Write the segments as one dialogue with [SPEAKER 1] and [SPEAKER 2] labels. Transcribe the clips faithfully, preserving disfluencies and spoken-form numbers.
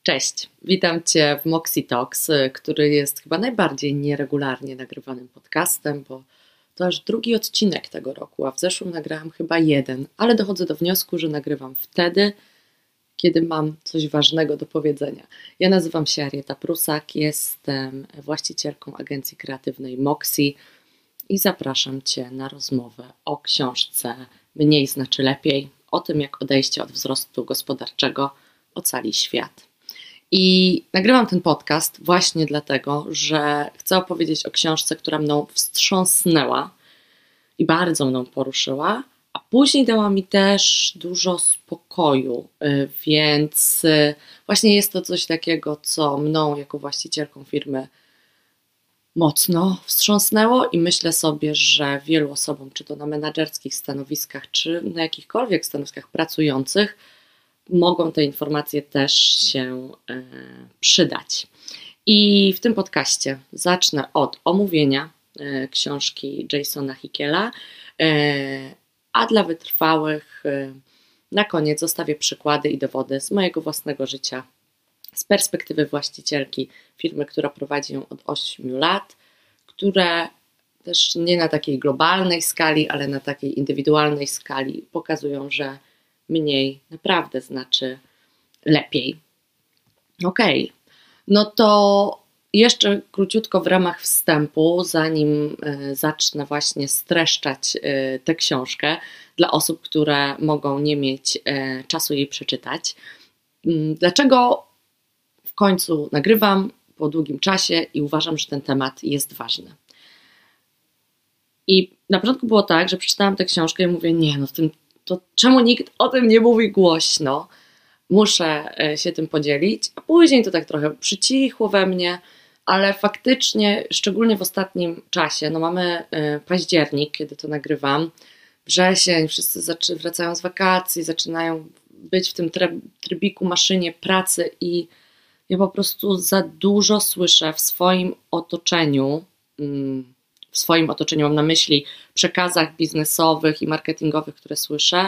[SPEAKER 1] Cześć, witam Cię w Moxie Talks, który jest chyba najbardziej nieregularnie nagrywanym podcastem, bo to aż drugi odcinek tego roku, a w zeszłym nagrałam chyba jeden, ale dochodzę do wniosku, że nagrywam wtedy, kiedy mam coś ważnego do powiedzenia. Ja nazywam się Arieta Prusak, jestem właścicielką agencji kreatywnej Moxie i zapraszam Cię na rozmowę o książce Mniej znaczy lepiej, o tym, jak odejście od wzrostu gospodarczego ocali świat. I nagrywam ten podcast właśnie dlatego, że chcę opowiedzieć o książce, która mną wstrząsnęła i bardzo mną poruszyła, a później dała mi też dużo spokoju, więc właśnie jest to coś takiego, co mną jako właścicielką firmy mocno wstrząsnęło i myślę sobie, że wielu osobom, czy to na menadżerskich stanowiskach, czy na jakichkolwiek stanowiskach pracujących, mogą te informacje też się e, przydać. I w tym podcaście zacznę od omówienia e, książki Jasona Hickiela, e, a dla wytrwałych e, na koniec zostawię przykłady i dowody z mojego własnego życia, z perspektywy właścicielki firmy, która prowadzi ją od ośmiu lat, które też nie na takiej globalnej skali, ale na takiej indywidualnej skali pokazują, że mniej naprawdę znaczy lepiej. Okej, okay. No to jeszcze króciutko w ramach wstępu, zanim y, zacznę właśnie streszczać y, tę książkę dla osób, które mogą nie mieć y, czasu jej przeczytać. Y, dlaczego w końcu nagrywam po długim czasie i uważam, że ten temat jest ważny. I na początku było tak, że przeczytałam tę książkę i mówię, nie, no w tym to czemu nikt o tym nie mówi głośno? Muszę się tym podzielić, a później to tak trochę przycichło we mnie, ale faktycznie, szczególnie w ostatnim czasie, no mamy październik, kiedy to nagrywam, wrzesień, wszyscy wracają z wakacji, zaczynają być w tym trybiku, maszynie pracy i ja po prostu za dużo słyszę w swoim otoczeniu, w swoim otoczeniu mam na myśli przekazach biznesowych i marketingowych, które słyszę,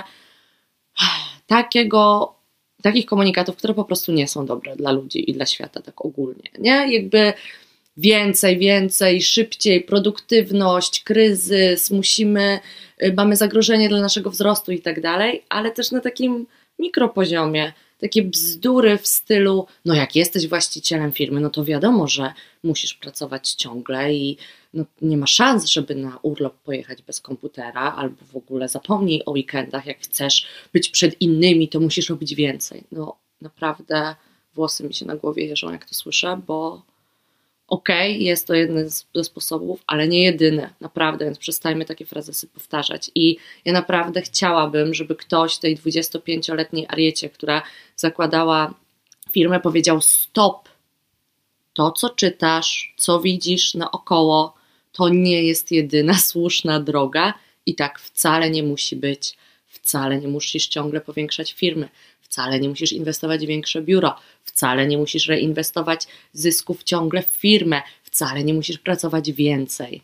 [SPEAKER 1] takiego, takich komunikatów, które po prostu nie są dobre dla ludzi i dla świata tak ogólnie, nie? Jakby więcej, więcej, szybciej, produktywność, kryzys, musimy, mamy zagrożenie dla naszego wzrostu i tak dalej, ale też na takim mikropoziomie, takie bzdury w stylu, no jak jesteś właścicielem firmy, no to wiadomo, że musisz pracować ciągle i no nie ma szans, żeby na urlop pojechać bez komputera, albo w ogóle zapomnij o weekendach, jak chcesz być przed innymi, to musisz robić więcej. No naprawdę włosy mi się na głowie jeżą, jak to słyszę, bo okej, okay, jest to jeden ze sposobów, ale nie jedyny, naprawdę, więc przestajmy takie frazesy powtarzać. I ja naprawdę chciałabym, żeby ktoś tej dwudziestopięcioletniej Ariecie, która zakładała firmę, powiedział stop, to co czytasz, co widzisz naokoło, to nie jest jedyna słuszna droga i tak wcale nie musi być. Wcale nie musisz ciągle powiększać firmy, wcale nie musisz inwestować w większe biuro, wcale nie musisz reinwestować zysków ciągle w firmę, wcale nie musisz pracować więcej.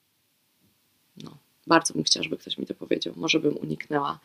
[SPEAKER 1] No, bardzo bym chciała, żeby ktoś mi to powiedział. Może bym uniknęła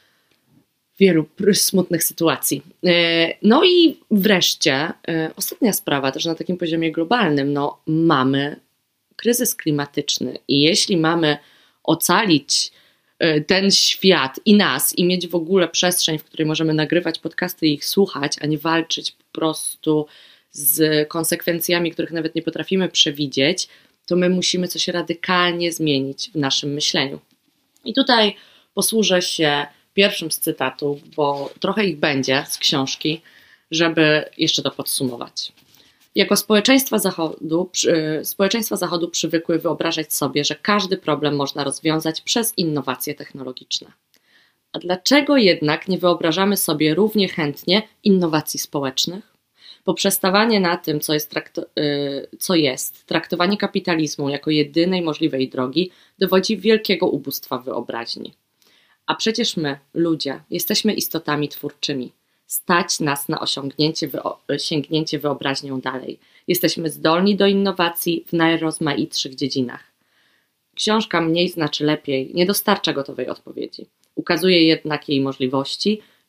[SPEAKER 1] wielu smutnych sytuacji. No i wreszcie ostatnia sprawa, też na takim poziomie globalnym, no mamy kryzys klimatyczny i jeśli mamy ocalić ten świat i nas i mieć w ogóle przestrzeń, w której możemy nagrywać podcasty i ich słuchać, a nie walczyć po prostu z konsekwencjami, których nawet nie potrafimy przewidzieć, to my musimy coś radykalnie zmienić w naszym myśleniu. I tutaj posłużę się pierwszym z cytatów, bo trochę ich będzie z książki, żeby jeszcze to podsumować. Jako społeczeństwa Zachodu, społeczeństwa Zachodu przywykły wyobrażać sobie, że każdy problem można rozwiązać przez innowacje technologiczne. A dlaczego jednak nie wyobrażamy sobie równie chętnie innowacji społecznych? Poprzestawanie na tym, co jest, trakto- co jest traktowanie kapitalizmu jako jedynej możliwej drogi, dowodzi wielkiego ubóstwa wyobraźni. A przecież my, ludzie, jesteśmy istotami twórczymi. Stać nas na osiągnięcie, wyo- sięgnięcie wyobraźnią dalej. Jesteśmy zdolni do innowacji w najrozmaitszych dziedzinach. Książka Mniej znaczy lepiej nie dostarcza gotowej odpowiedzi. Ukazuje jednak jej możliwości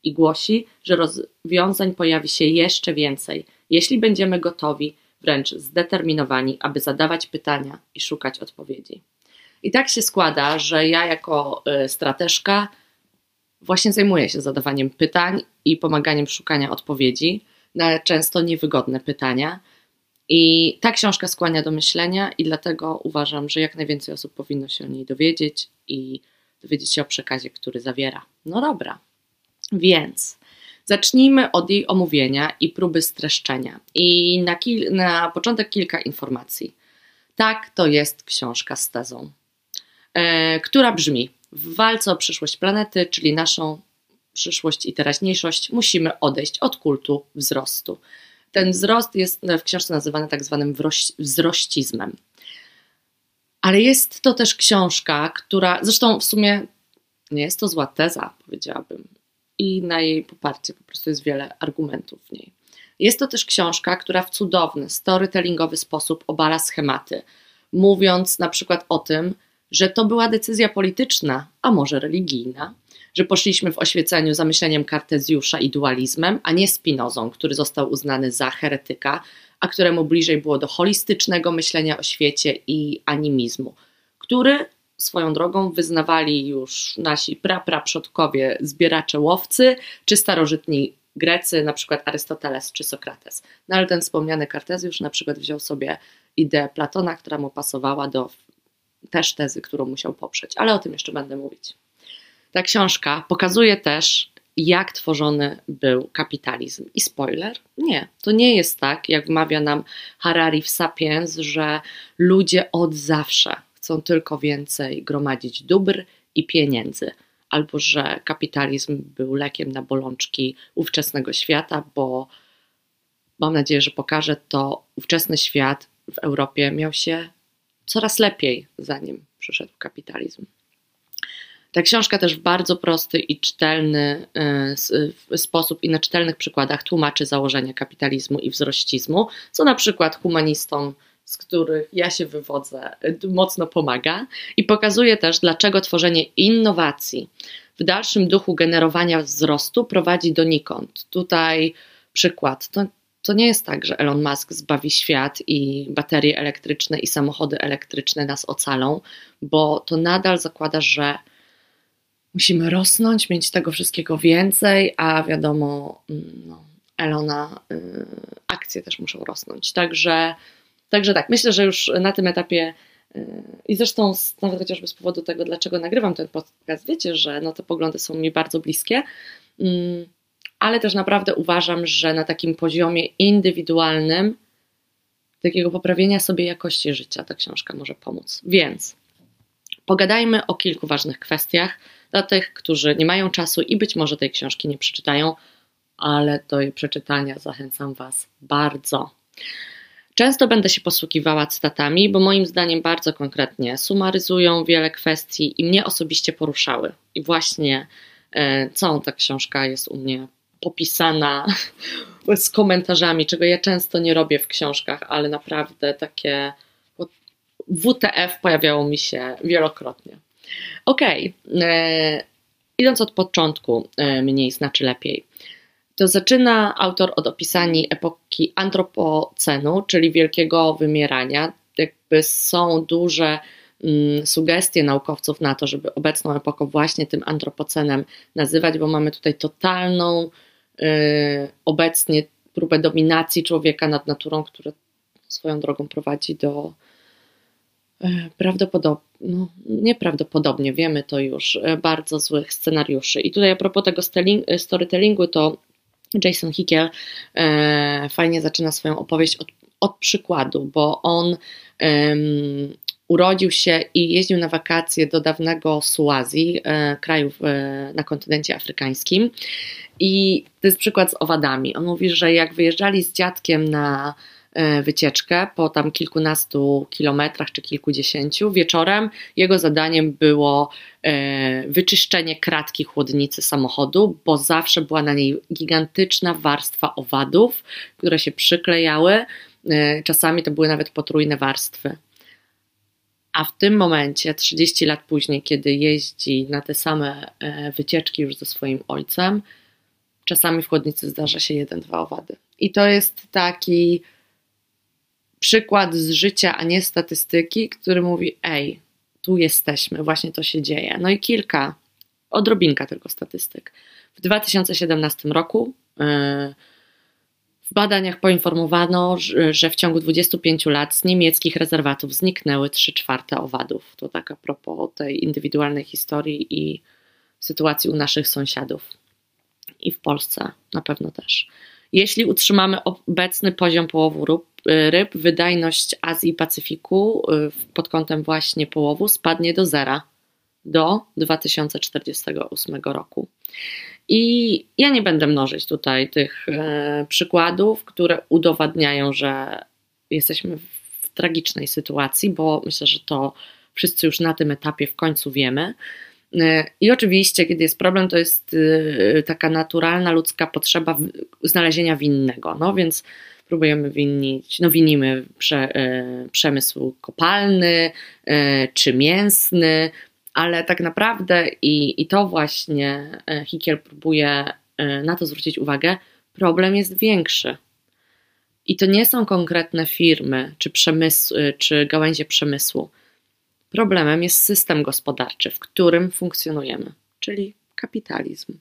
[SPEAKER 1] i głosi, że rozwiązań pojawi się jeszcze więcej, jeśli będziemy gotowi, wręcz zdeterminowani, aby zadawać pytania i szukać odpowiedzi. I tak się składa, że ja jako strateżka właśnie zajmuję się zadawaniem pytań i pomaganiem w szukaniu odpowiedzi na często niewygodne pytania. I ta książka skłania do myślenia i dlatego uważam, że jak najwięcej osób powinno się o niej dowiedzieć i dowiedzieć się o przekazie, który zawiera. No dobra, więc zacznijmy od jej omówienia i próby streszczenia. I na, kil- na początek kilka informacji. Tak, to jest książka z tezą, yy, która brzmi: w walce o przyszłość planety, czyli naszą przyszłość i teraźniejszość, musimy odejść od kultu wzrostu. Ten wzrost jest w książce nazywany tak zwanym wzrościzmem. Ale jest to też książka, która, zresztą w sumie nie jest to zła teza, powiedziałabym, i na jej poparcie po prostu jest wiele argumentów w niej. Jest to też książka, która w cudowny, storytellingowy sposób obala schematy, mówiąc na przykład o tym, że to była decyzja polityczna, a może religijna, że poszliśmy w oświeceniu za myśleniem Kartezjusza i dualizmem, a nie Spinozą, który został uznany za heretyka, a któremu bliżej było do holistycznego myślenia o świecie i animizmu, który swoją drogą wyznawali już nasi prapraprzodkowie zbieracze łowcy, czy starożytni Grecy, na przykład Arystoteles czy Sokrates. No ale ten wspomniany Kartezjusz na przykład wziął sobie ideę Platona, która mu pasowała do też tezy, którą musiał poprzeć, ale o tym jeszcze będę mówić. Ta książka pokazuje też, jak tworzony był kapitalizm. I spoiler, nie, to nie jest tak, jak wmawia nam Harari w Sapiens, że ludzie od zawsze chcą tylko więcej gromadzić dóbr i pieniędzy, albo że kapitalizm był lekiem na bolączki ówczesnego świata, bo mam nadzieję, że pokażę to, ówczesny świat w Europie miał się coraz lepiej, zanim przyszedł kapitalizm. Ta książka też w bardzo prosty i czytelny sposób i na czytelnych przykładach tłumaczy założenia kapitalizmu i wzrościzmu, co na przykład humanistom, z których ja się wywodzę, mocno pomaga i pokazuje też, dlaczego tworzenie innowacji w dalszym duchu generowania wzrostu prowadzi donikąd. Tutaj przykład. To, to nie jest tak, że Elon Musk zbawi świat i baterie elektryczne i samochody elektryczne nas ocalą, bo to nadal zakłada, że musimy rosnąć, mieć tego wszystkiego więcej, a wiadomo, no, Elona, y, akcje też muszą rosnąć. Także, także tak, myślę, że już na tym etapie y, i zresztą nawet chociażby z powodu tego, dlaczego nagrywam ten podcast, wiecie, że no, te poglądy są mi bardzo bliskie, y, ale też naprawdę uważam, że na takim poziomie indywidualnym takiego poprawienia sobie jakości życia ta książka może pomóc. Więc pogadajmy o kilku ważnych kwestiach dla tych, którzy nie mają czasu i być może tej książki nie przeczytają, ale do jej przeczytania zachęcam Was bardzo. Często będę się posługiwała cytatami, bo moim zdaniem bardzo konkretnie sumaryzują wiele kwestii i mnie osobiście poruszały. I właśnie e, cała ta książka jest u mnie popisana z komentarzami, czego ja często nie robię w książkach, ale naprawdę takie W T F pojawiało mi się wielokrotnie. Okej, okay. Idąc od początku, e, mniej znaczy lepiej. To zaczyna autor od opisania epoki antropocenu, czyli wielkiego wymierania. Jakby są duże mm, sugestie naukowców na to, żeby obecną epokę właśnie tym antropocenem nazywać, bo mamy tutaj totalną y, obecnie próbę dominacji człowieka nad naturą, która swoją drogą prowadzi do prawdopodobnie, no nieprawdopodobnie, wiemy to już, bardzo złych scenariuszy. I tutaj a propos tego storytellingu, to Jason Hickel e, fajnie zaczyna swoją opowieść od, od przykładu, bo on um, urodził się i jeździł na wakacje do dawnego Suazji, e, krajów e, na kontynencie afrykańskim, i to jest przykład z owadami. On mówi, że jak wyjeżdżali z dziadkiem na wycieczkę po tam kilkunastu kilometrach czy kilkudziesięciu, wieczorem jego zadaniem było wyczyszczenie kratki chłodnicy samochodu, bo zawsze była na niej gigantyczna warstwa owadów, które się przyklejały, czasami to były nawet potrójne warstwy. A w tym momencie, trzydzieści lat później, kiedy jeździ na te same wycieczki już ze swoim ojcem, czasami w chłodnicy zdarza się jeden, dwa owady. I to jest taki przykład z życia, a nie statystyki, który mówi, ej, tu jesteśmy, właśnie to się dzieje. No i kilka, odrobinka tylko statystyk. W dwa tysiące siedemnastym roku yy, w badaniach poinformowano, że w ciągu dwudziestu pięciu lat z niemieckich rezerwatów zniknęły trzy czwarte owadów. To tak a propos tej indywidualnej historii i sytuacji u naszych sąsiadów. I w Polsce na pewno też. Jeśli utrzymamy obecny poziom połowu ryb, ryb wydajność Azji i Pacyfiku pod kątem właśnie połowu spadnie do zera do dwa tysiące czterdziestego ósmego roku. I ja nie będę mnożyć tutaj tych e, przykładów, które udowadniają, że jesteśmy w tragicznej sytuacji, bo myślę, że to wszyscy już na tym etapie w końcu wiemy. E, I oczywiście, kiedy jest problem, to jest e, taka naturalna ludzka potrzeba znalezienia winnego, no więc próbujemy winić, no winimy prze, e, przemysł kopalny e, czy mięsny, ale tak naprawdę i, i to właśnie Hickiel próbuje na to zwrócić uwagę, problem jest większy. I to nie są konkretne firmy czy, przemysł, czy gałęzie przemysłu. Problemem jest system gospodarczy, w którym funkcjonujemy, czyli kapitalizm.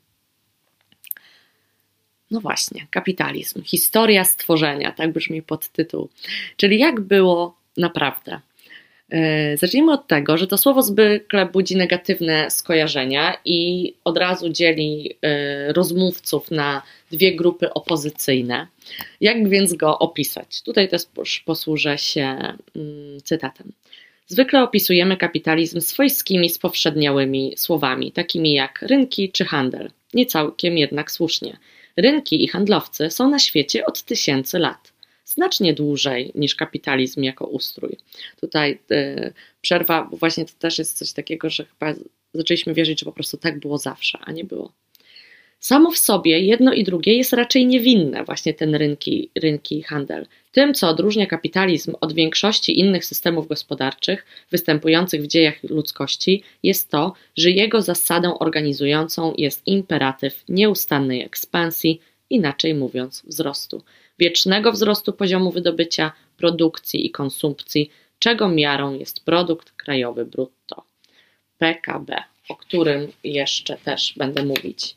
[SPEAKER 1] No właśnie, kapitalizm. Historia stworzenia, tak brzmi podtytuł. Czyli jak było naprawdę? Zacznijmy od tego, że to słowo zwykle budzi negatywne skojarzenia i od razu dzieli rozmówców na dwie grupy opozycyjne. Jak więc go opisać? Tutaj też posłużę się cytatem. Zwykle opisujemy kapitalizm swojskimi, spowszedniałymi słowami, takimi jak rynki czy handel. Nie całkiem jednak słusznie. Rynki i handlowcy są na świecie od tysięcy lat. Znacznie dłużej niż kapitalizm jako ustrój. Tutaj yy, przerwa, bo właśnie to też jest coś takiego, że chyba zaczęliśmy wierzyć, że po prostu tak było zawsze, a nie było. Samo w sobie jedno i drugie jest raczej niewinne, właśnie ten rynki, rynki i handel. Tym, co odróżnia kapitalizm od większości innych systemów gospodarczych występujących w dziejach ludzkości, jest to, że jego zasadą organizującą jest imperatyw nieustannej ekspansji, inaczej mówiąc wzrostu. Wiecznego wzrostu poziomu wydobycia, produkcji i konsumpcji, czego miarą jest produkt krajowy brutto. P K B, o którym jeszcze też będę mówić.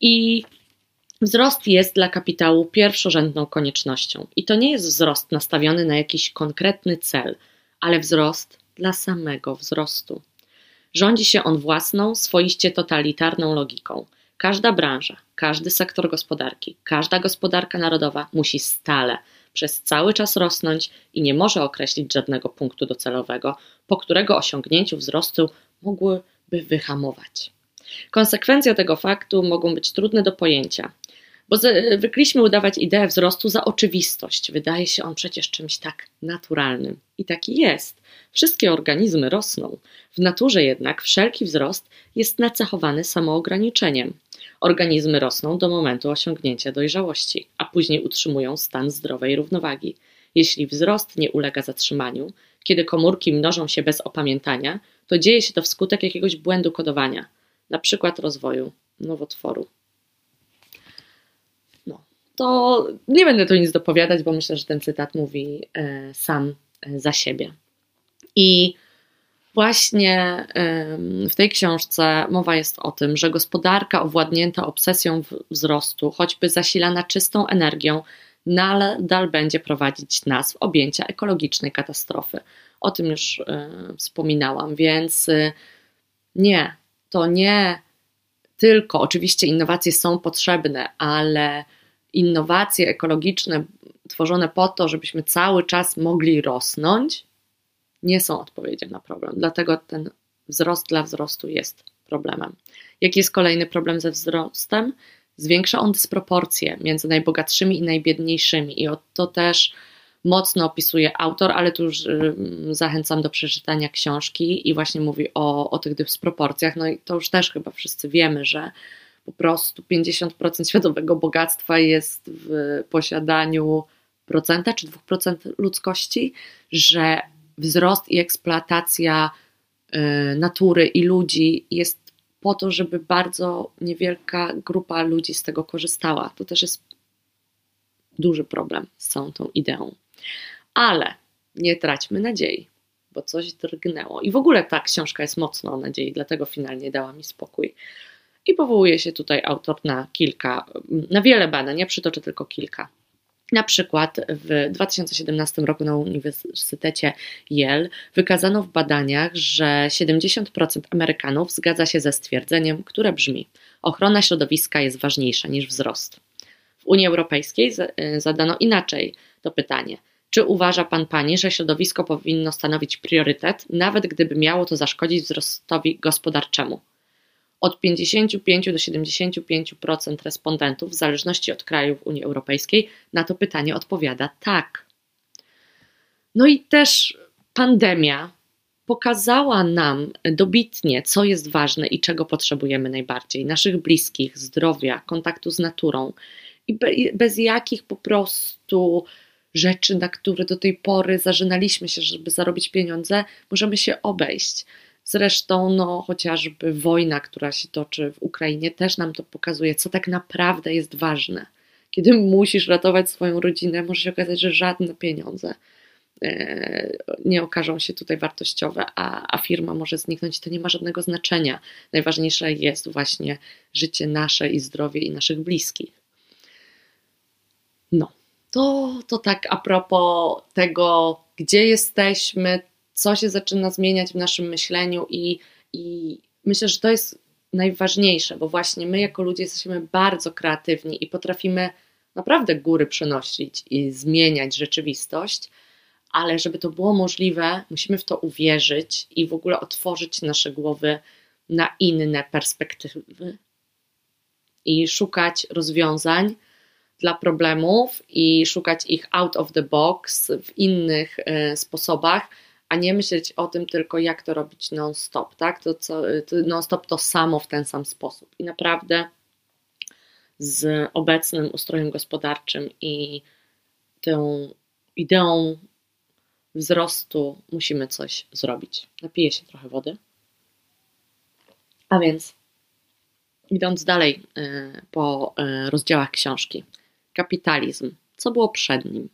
[SPEAKER 1] I wzrost jest dla kapitału pierwszorzędną koniecznością. I to nie jest wzrost nastawiony na jakiś konkretny cel, ale wzrost dla samego wzrostu. Rządzi się on własną, swoiście totalitarną logiką. Każda branża, każdy sektor gospodarki, każda gospodarka narodowa musi stale, przez cały czas rosnąć i nie może określić żadnego punktu docelowego, po którego osiągnięciu wzrostu mogłyby wyhamować. Konsekwencje tego faktu mogą być trudne do pojęcia, bo zwykliśmy udawać ideę wzrostu za oczywistość. Wydaje się on przecież czymś tak naturalnym. I taki jest. Wszystkie organizmy rosną. W naturze jednak wszelki wzrost jest nacechowany samoograniczeniem. Organizmy rosną do momentu osiągnięcia dojrzałości, a później utrzymują stan zdrowej równowagi. Jeśli wzrost nie ulega zatrzymaniu, kiedy komórki mnożą się bez opamiętania, to dzieje się to wskutek jakiegoś błędu kodowania, na przykład rozwoju nowotworu. No, to nie będę tu nic dopowiadać, bo myślę, że ten cytat mówi e, sam e, za siebie. I właśnie e, w tej książce mowa jest o tym, że gospodarka owładnięta obsesją wzrostu, choćby zasilana czystą energią, nadal będzie prowadzić nas w objęcia ekologicznej katastrofy. O tym już e, wspominałam, więc e, nie, to nie tylko, oczywiście innowacje są potrzebne, ale innowacje ekologiczne tworzone po to, żebyśmy cały czas mogli rosnąć, nie są odpowiedzią na problem. Dlatego ten wzrost dla wzrostu jest problemem. Jaki jest kolejny problem ze wzrostem? Zwiększa on dysproporcje między najbogatszymi i najbiedniejszymi i to też mocno opisuje autor, ale tu już zachęcam do przeczytania książki i właśnie mówi o, o tych dysproporcjach. No i to już też chyba wszyscy wiemy, że po prostu pięćdziesiąt procent światowego bogactwa jest w posiadaniu procenta czy dwóch procent ludzkości, że wzrost i eksploatacja y, natury i ludzi jest po to, żeby bardzo niewielka grupa ludzi z tego korzystała. To też jest duży problem z całą tą ideą. Ale nie traćmy nadziei, bo coś drgnęło. I w ogóle ta książka jest mocno o nadziei, dlatego finalnie dała mi spokój. I powołuje się tutaj autor na kilka, na wiele badań, ja przytoczę tylko kilka. Na przykład w dwa tysiące siedemnastym roku na Uniwersytecie Yale wykazano w badaniach, że siedemdziesiąt procent Amerykanów zgadza się ze stwierdzeniem, które brzmi: ochrona środowiska jest ważniejsza niż wzrost. W Unii Europejskiej zadano inaczej to pytanie: czy uważa pan, pani, że środowisko powinno stanowić priorytet, nawet gdyby miało to zaszkodzić wzrostowi gospodarczemu? Od pięćdziesiąt pięć do siedemdziesięciu pięciu procent respondentów, w zależności od kraju w Unii Europejskiej, na to pytanie odpowiada tak. No i też pandemia pokazała nam dobitnie, co jest ważne i czego potrzebujemy najbardziej. Naszych bliskich, zdrowia, kontaktu z naturą i be, bez jakich po prostu rzeczy, na które do tej pory zażynaliśmy się, żeby zarobić pieniądze, możemy się obejść. Zresztą no, chociażby wojna, która się toczy w Ukrainie, też nam to pokazuje, co tak naprawdę jest ważne. Kiedy musisz ratować swoją rodzinę, może się okazać, że żadne pieniądze nie okażą się tutaj wartościowe, a, a firma może zniknąć i to nie ma żadnego znaczenia. Najważniejsze jest właśnie życie nasze i zdrowie i naszych bliskich. No, to, to tak a propos tego, gdzie jesteśmy, co się zaczyna zmieniać w naszym myśleniu i, i myślę, że to jest najważniejsze, bo właśnie my jako ludzie jesteśmy bardzo kreatywni i potrafimy naprawdę góry przenosić i zmieniać rzeczywistość, ale żeby to było możliwe, musimy w to uwierzyć i w ogóle otworzyć nasze głowy na inne perspektywy i szukać rozwiązań dla problemów i szukać ich out of the box w innych y, sposobach, a nie myśleć o tym tylko, jak to robić non-stop, tak? To, co, to non-stop to samo w ten sam sposób. I naprawdę z obecnym ustrojem gospodarczym i tą ideą wzrostu musimy coś zrobić. Napiję się trochę wody. A więc idąc dalej y, po y, rozdziałach książki. Kapitalizm. Co było przed nim?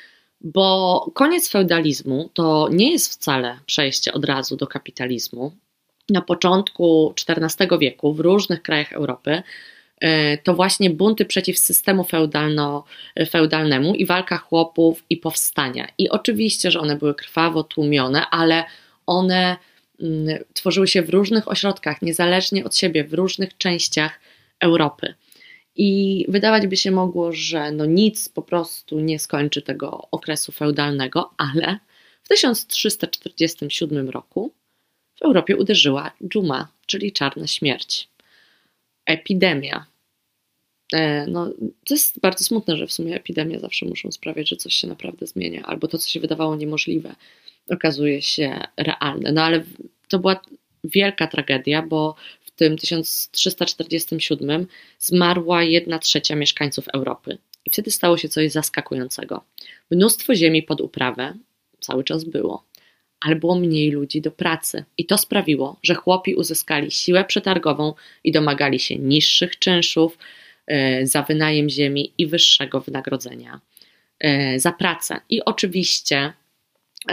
[SPEAKER 1] Bo koniec feudalizmu to nie jest wcale przejście od razu do kapitalizmu. Na początku czternastego wieku w różnych krajach Europy to właśnie bunty przeciw systemu feudalno, feudalnemu i walka chłopów i powstania. I oczywiście, że one były krwawo tłumione, ale one mm, tworzyły się w różnych ośrodkach, niezależnie od siebie, w różnych częściach Europy. I wydawać by się mogło, że no nic po prostu nie skończy tego okresu feudalnego, ale w tysiąc trzysta czterdziestym siódmym roku w Europie uderzyła dżuma, czyli czarna śmierć. Epidemia. E, no, to jest bardzo smutne, że w sumie epidemie zawsze muszą sprawiać, że coś się naprawdę zmienia, albo to, co się wydawało niemożliwe, okazuje się realne. No ale to była wielka tragedia, bo w tym tysiąc trzysta czterdziestym siódmym zmarła jedna trzecia mieszkańców Europy. I wtedy stało się coś zaskakującego. Mnóstwo ziemi pod uprawę cały czas było, ale było mniej ludzi do pracy. I to sprawiło, że chłopi uzyskali siłę przetargową i domagali się niższych czynszów yy, za wynajem ziemi i wyższego wynagrodzenia yy, za pracę. I oczywiście yy,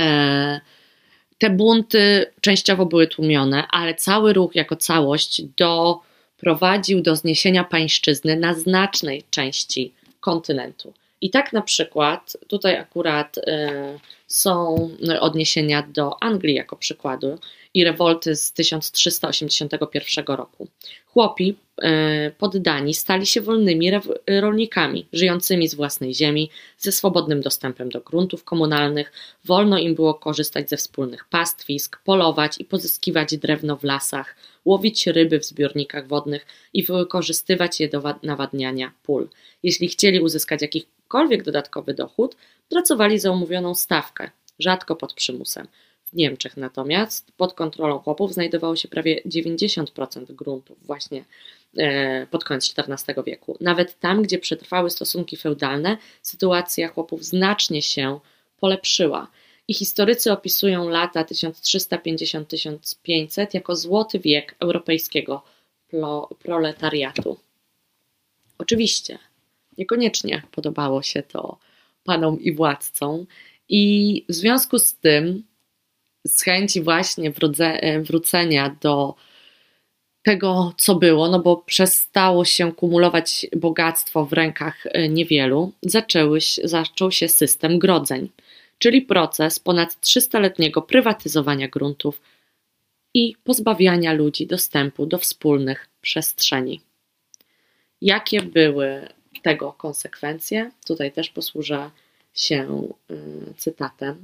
[SPEAKER 1] te bunty częściowo były tłumione, ale cały ruch jako całość doprowadził do zniesienia pańszczyzny na znacznej części kontynentu. I tak na przykład, tutaj akurat y, są odniesienia do Anglii jako przykładu i rewolty z tysiąc trzysta osiemdziesiątego pierwszego roku. Chłopi y, poddani stali się wolnymi rew- rolnikami, żyjącymi z własnej ziemi, ze swobodnym dostępem do gruntów komunalnych. Wolno im było korzystać ze wspólnych pastwisk, polować i pozyskiwać drewno w lasach, łowić ryby w zbiornikach wodnych i wykorzystywać je do nawadniania pól. Jeśli chcieli uzyskać jakikolwiek dodatkowy dochód, pracowali za umówioną stawkę, rzadko pod przymusem. W Niemczech natomiast pod kontrolą chłopów znajdowało się prawie dziewięćdziesiąt procent gruntów właśnie pod koniec czternastego wieku. Nawet tam, gdzie przetrwały stosunki feudalne, sytuacja chłopów znacznie się polepszyła. I historycy opisują lata tysiąc trzysta pięćdziesiąt do tysiąc pięćset jako złoty wiek europejskiego proletariatu. Oczywiście, niekoniecznie podobało się to panom i władcom i w związku z tym, z chęci właśnie wrócenia do tego, co było, no bo przestało się kumulować bogactwo w rękach niewielu, zaczęły, zaczął się system grodzeń, czyli proces ponad trzystaletniego prywatyzowania gruntów i pozbawiania ludzi dostępu do wspólnych przestrzeni. Jakie były tego konsekwencje? Tutaj też posłużę się cytatem.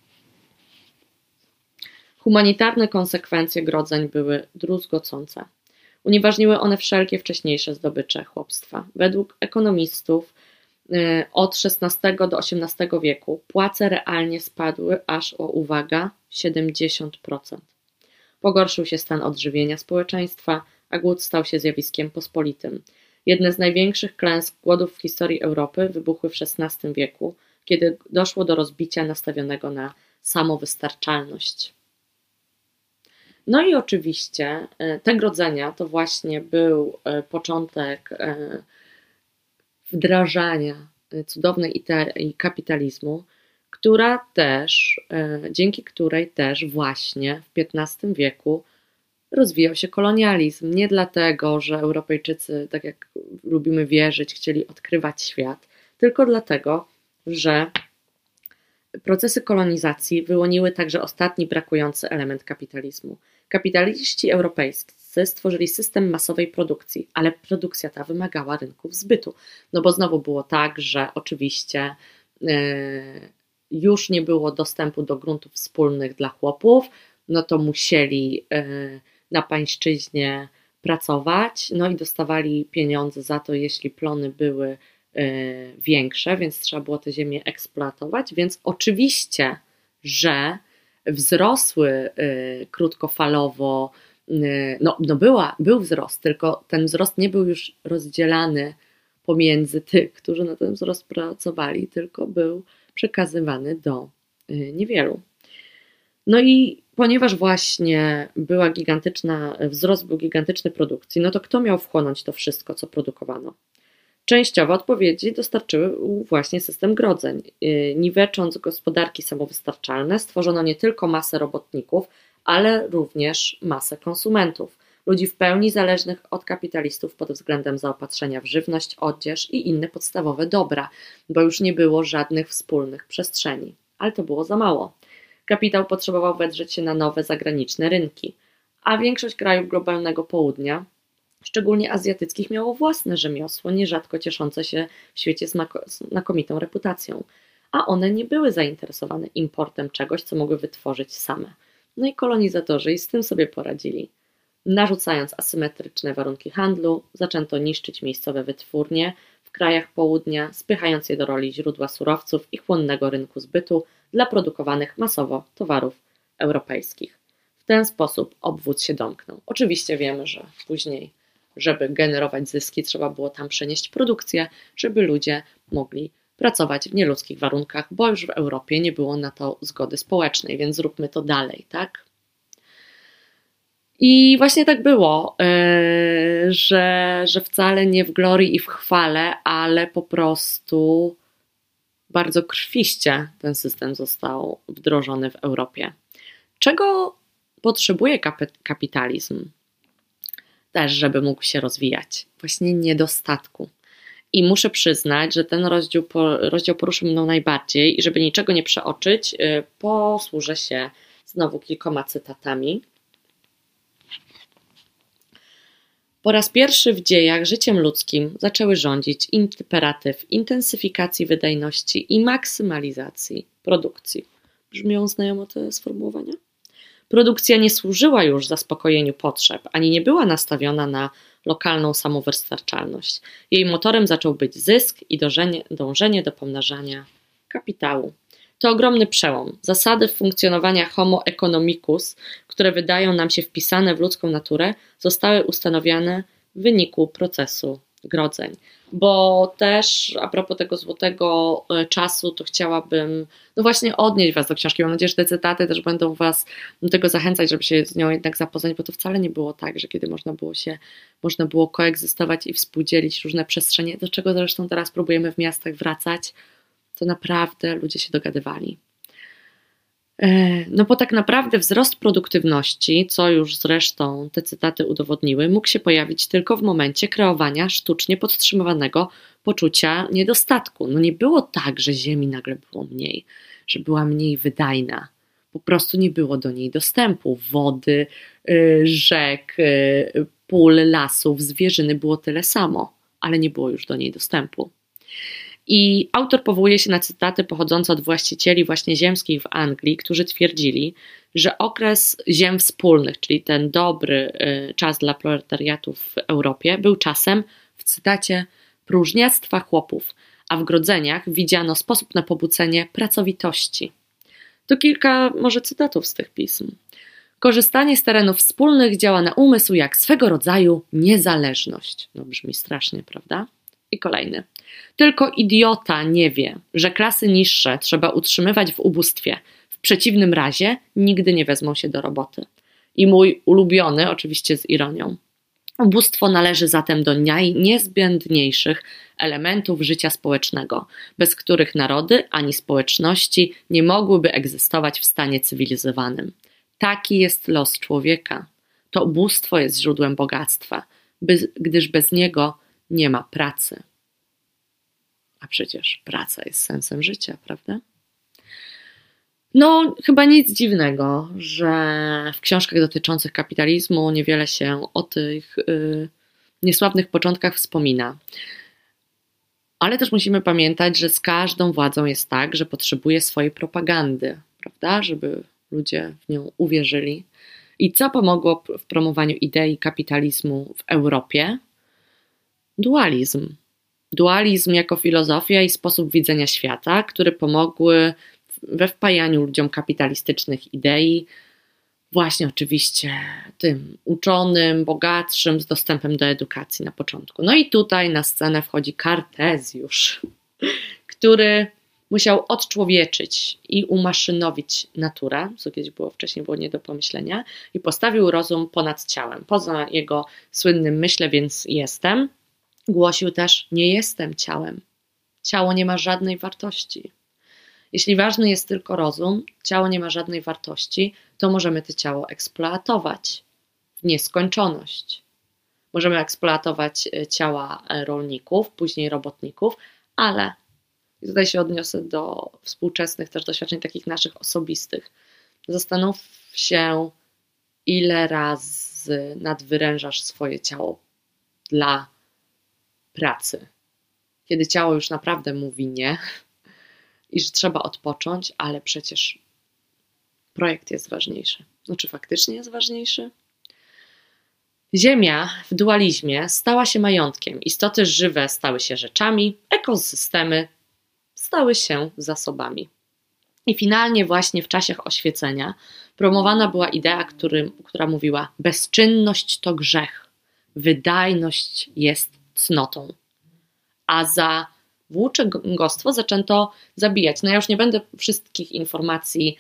[SPEAKER 1] Humanitarne konsekwencje grodzeń były druzgocące. Unieważniły one wszelkie wcześniejsze zdobycze chłopstwa. Według ekonomistów od szesnastego do osiemnastego wieku płace realnie spadły aż o, uwaga, siedemdziesiąt procent. Pogorszył się stan odżywienia społeczeństwa, a głód stał się zjawiskiem pospolitym. Jedne z największych klęsk głodów w historii Europy wybuchły w szesnastym wieku, kiedy doszło do rozbicia nastawionego na samowystarczalność. No i oczywiście te grodzenia to właśnie był początek wdrażania cudownej idei kapitalizmu, która też, dzięki której też właśnie w piętnastym wieku rozwijał się kolonializm. Nie dlatego, że Europejczycy, tak jak lubimy wierzyć, chcieli odkrywać świat, tylko dlatego, że procesy kolonizacji wyłoniły także ostatni brakujący element kapitalizmu. Kapitaliści europejscy stworzyli system masowej produkcji, ale produkcja ta wymagała rynków zbytu. No bo znowu było tak, że oczywiście yy, już nie było dostępu do gruntów wspólnych dla chłopów, no to musieli yy, na pańszczyźnie pracować, no i dostawali pieniądze za to, jeśli plony były większe, więc trzeba było te ziemię eksploatować, więc oczywiście, że wzrosły krótkofalowo, no, no była, był wzrost, tylko ten wzrost nie był już rozdzielany pomiędzy tych, którzy na ten wzrost pracowali, tylko był przekazywany do niewielu. No i ponieważ właśnie była gigantyczna, wzrost był gigantyczny produkcji, no to kto miał wchłonąć to wszystko, co produkowano? Częściowo odpowiedzi dostarczył właśnie system grodzeń. Niwecząc gospodarki samowystarczalne, stworzono nie tylko masę robotników, ale również masę konsumentów. Ludzi w pełni zależnych od kapitalistów pod względem zaopatrzenia w żywność, odzież i inne podstawowe dobra, bo już nie było żadnych wspólnych przestrzeni. Ale to było za mało. Kapitał potrzebował wedrzeć się na nowe zagraniczne rynki, a większość krajów globalnego południa, szczególnie azjatyckich, miało własne rzemiosło, nierzadko cieszące się w świecie znakomitą reputacją, a one nie były zainteresowane importem czegoś, co mogły wytworzyć same. No i kolonizatorzy i z tym sobie poradzili. Narzucając asymetryczne warunki handlu, zaczęto niszczyć miejscowe wytwórnie w krajach południa, spychając je do roli źródła surowców i chłonnego rynku zbytu dla produkowanych masowo towarów europejskich. W ten sposób obwód się domknął. Oczywiście wiemy, że później, żeby generować zyski, trzeba było tam przenieść produkcję, żeby ludzie mogli pracować w nieludzkich warunkach, bo już w Europie nie było na to zgody społecznej, więc zróbmy to dalej, tak? I właśnie tak było, yy, że, że wcale nie w glorii i w chwale, ale po prostu bardzo krwiście ten system został wdrożony w Europie. Czego potrzebuje kapitalizm? Też, żeby mógł się rozwijać. Właśnie niedostatku. I muszę przyznać, że ten rozdział, rozdział poruszył mnie najbardziej i żeby niczego nie przeoczyć, posłużę się znowu kilkoma cytatami. Po raz pierwszy w dziejach życiem ludzkim zaczęły rządzić imperatyw intensyfikacji wydajności i maksymalizacji produkcji. Brzmią znajomo te sformułowania? Produkcja nie służyła już zaspokojeniu potrzeb, ani nie była nastawiona na lokalną samowystarczalność. Jej motorem zaczął być zysk i dążenie, dążenie do pomnażania kapitału. To ogromny przełom. Zasady funkcjonowania homo economicus, które wydają nam się wpisane w ludzką naturę, zostały ustanowione w wyniku procesu grodzeń. Bo też a propos tego złotego czasu, to chciałabym no właśnie odnieść Was do książki. Mam nadzieję, że te cytaty też będą Was do tego zachęcać, żeby się z nią jednak zapoznać, bo to wcale nie było tak, że kiedy można było się, można było koegzystować i współdzielić różne przestrzenie, do czego zresztą teraz próbujemy w miastach wracać, to naprawdę ludzie się dogadywali. No bo tak naprawdę wzrost produktywności, co już zresztą te cytaty udowodniły, mógł się pojawić tylko w momencie kreowania sztucznie podtrzymywanego poczucia niedostatku. No nie było tak, że ziemi nagle było mniej, że była mniej wydajna. Po prostu nie było do niej dostępu. Wody, rzek, pól, lasów, zwierzyny było tyle samo, ale nie było już do niej dostępu. I autor powołuje się na cytaty pochodzące od właścicieli właśnie ziemskich w Anglii, którzy twierdzili, że okres ziem wspólnych, czyli ten dobry czas dla proletariatu w Europie, był czasem, w cytacie, próżniactwa chłopów, a w grodzeniach widziano sposób na pobudzenie pracowitości. To kilka może cytatów z tych pism. Korzystanie z terenów wspólnych działa na umysł jak swego rodzaju niezależność. No brzmi strasznie, prawda? I kolejny. Tylko idiota nie wie, że klasy niższe trzeba utrzymywać w ubóstwie. W przeciwnym razie nigdy nie wezmą się do roboty. I mój ulubiony, oczywiście z ironią. Ubóstwo należy zatem do najniezbędniejszych elementów życia społecznego, bez których narody ani społeczności nie mogłyby egzystować w stanie cywilizowanym. Taki jest los człowieka. To ubóstwo jest źródłem bogactwa, by, gdyż bez niego nie ma pracy. A przecież praca jest sensem życia, prawda? No, chyba nic dziwnego, że w książkach dotyczących kapitalizmu niewiele się o tych yy, niesławnych początkach wspomina. Ale też musimy pamiętać, że z każdą władzą jest tak, że potrzebuje swojej propagandy, prawda? Żeby ludzie w nią uwierzyli. I co pomogło w promowaniu idei kapitalizmu w Europie? Dualizm. Dualizm jako filozofia i sposób widzenia świata, które pomogły we wpajaniu ludziom kapitalistycznych idei, właśnie oczywiście tym uczonym, bogatszym, z dostępem do edukacji na początku. No i tutaj na scenę wchodzi Kartezjusz, który musiał odczłowieczyć i umaszynowić naturę, co kiedyś było wcześniej było nie do pomyślenia, i postawił rozum ponad ciałem. Poza jego słynnym myślę, więc jestem, głosił też: nie jestem ciałem. Ciało nie ma żadnej wartości. Jeśli ważny jest tylko rozum, ciało nie ma żadnej wartości, to możemy to ciało eksploatować w nieskończoność. Możemy eksploatować ciała rolników, później robotników, ale i tutaj się odniosę do współczesnych też doświadczeń takich naszych osobistych. Zastanów się, ile razy nadwyrężasz swoje ciało dla pracy. Kiedy ciało już naprawdę mówi nie i że trzeba odpocząć, ale przecież projekt jest ważniejszy. No czy faktycznie jest ważniejszy? Ziemia w dualizmie stała się majątkiem, istoty żywe stały się rzeczami, ekosystemy stały się zasobami. I finalnie właśnie w czasie oświecenia promowana była idea, który, która mówiła: bezczynność to grzech, wydajność jest cnotą. A za włóczęgostwo zaczęto zabijać. No ja już nie będę wszystkich informacji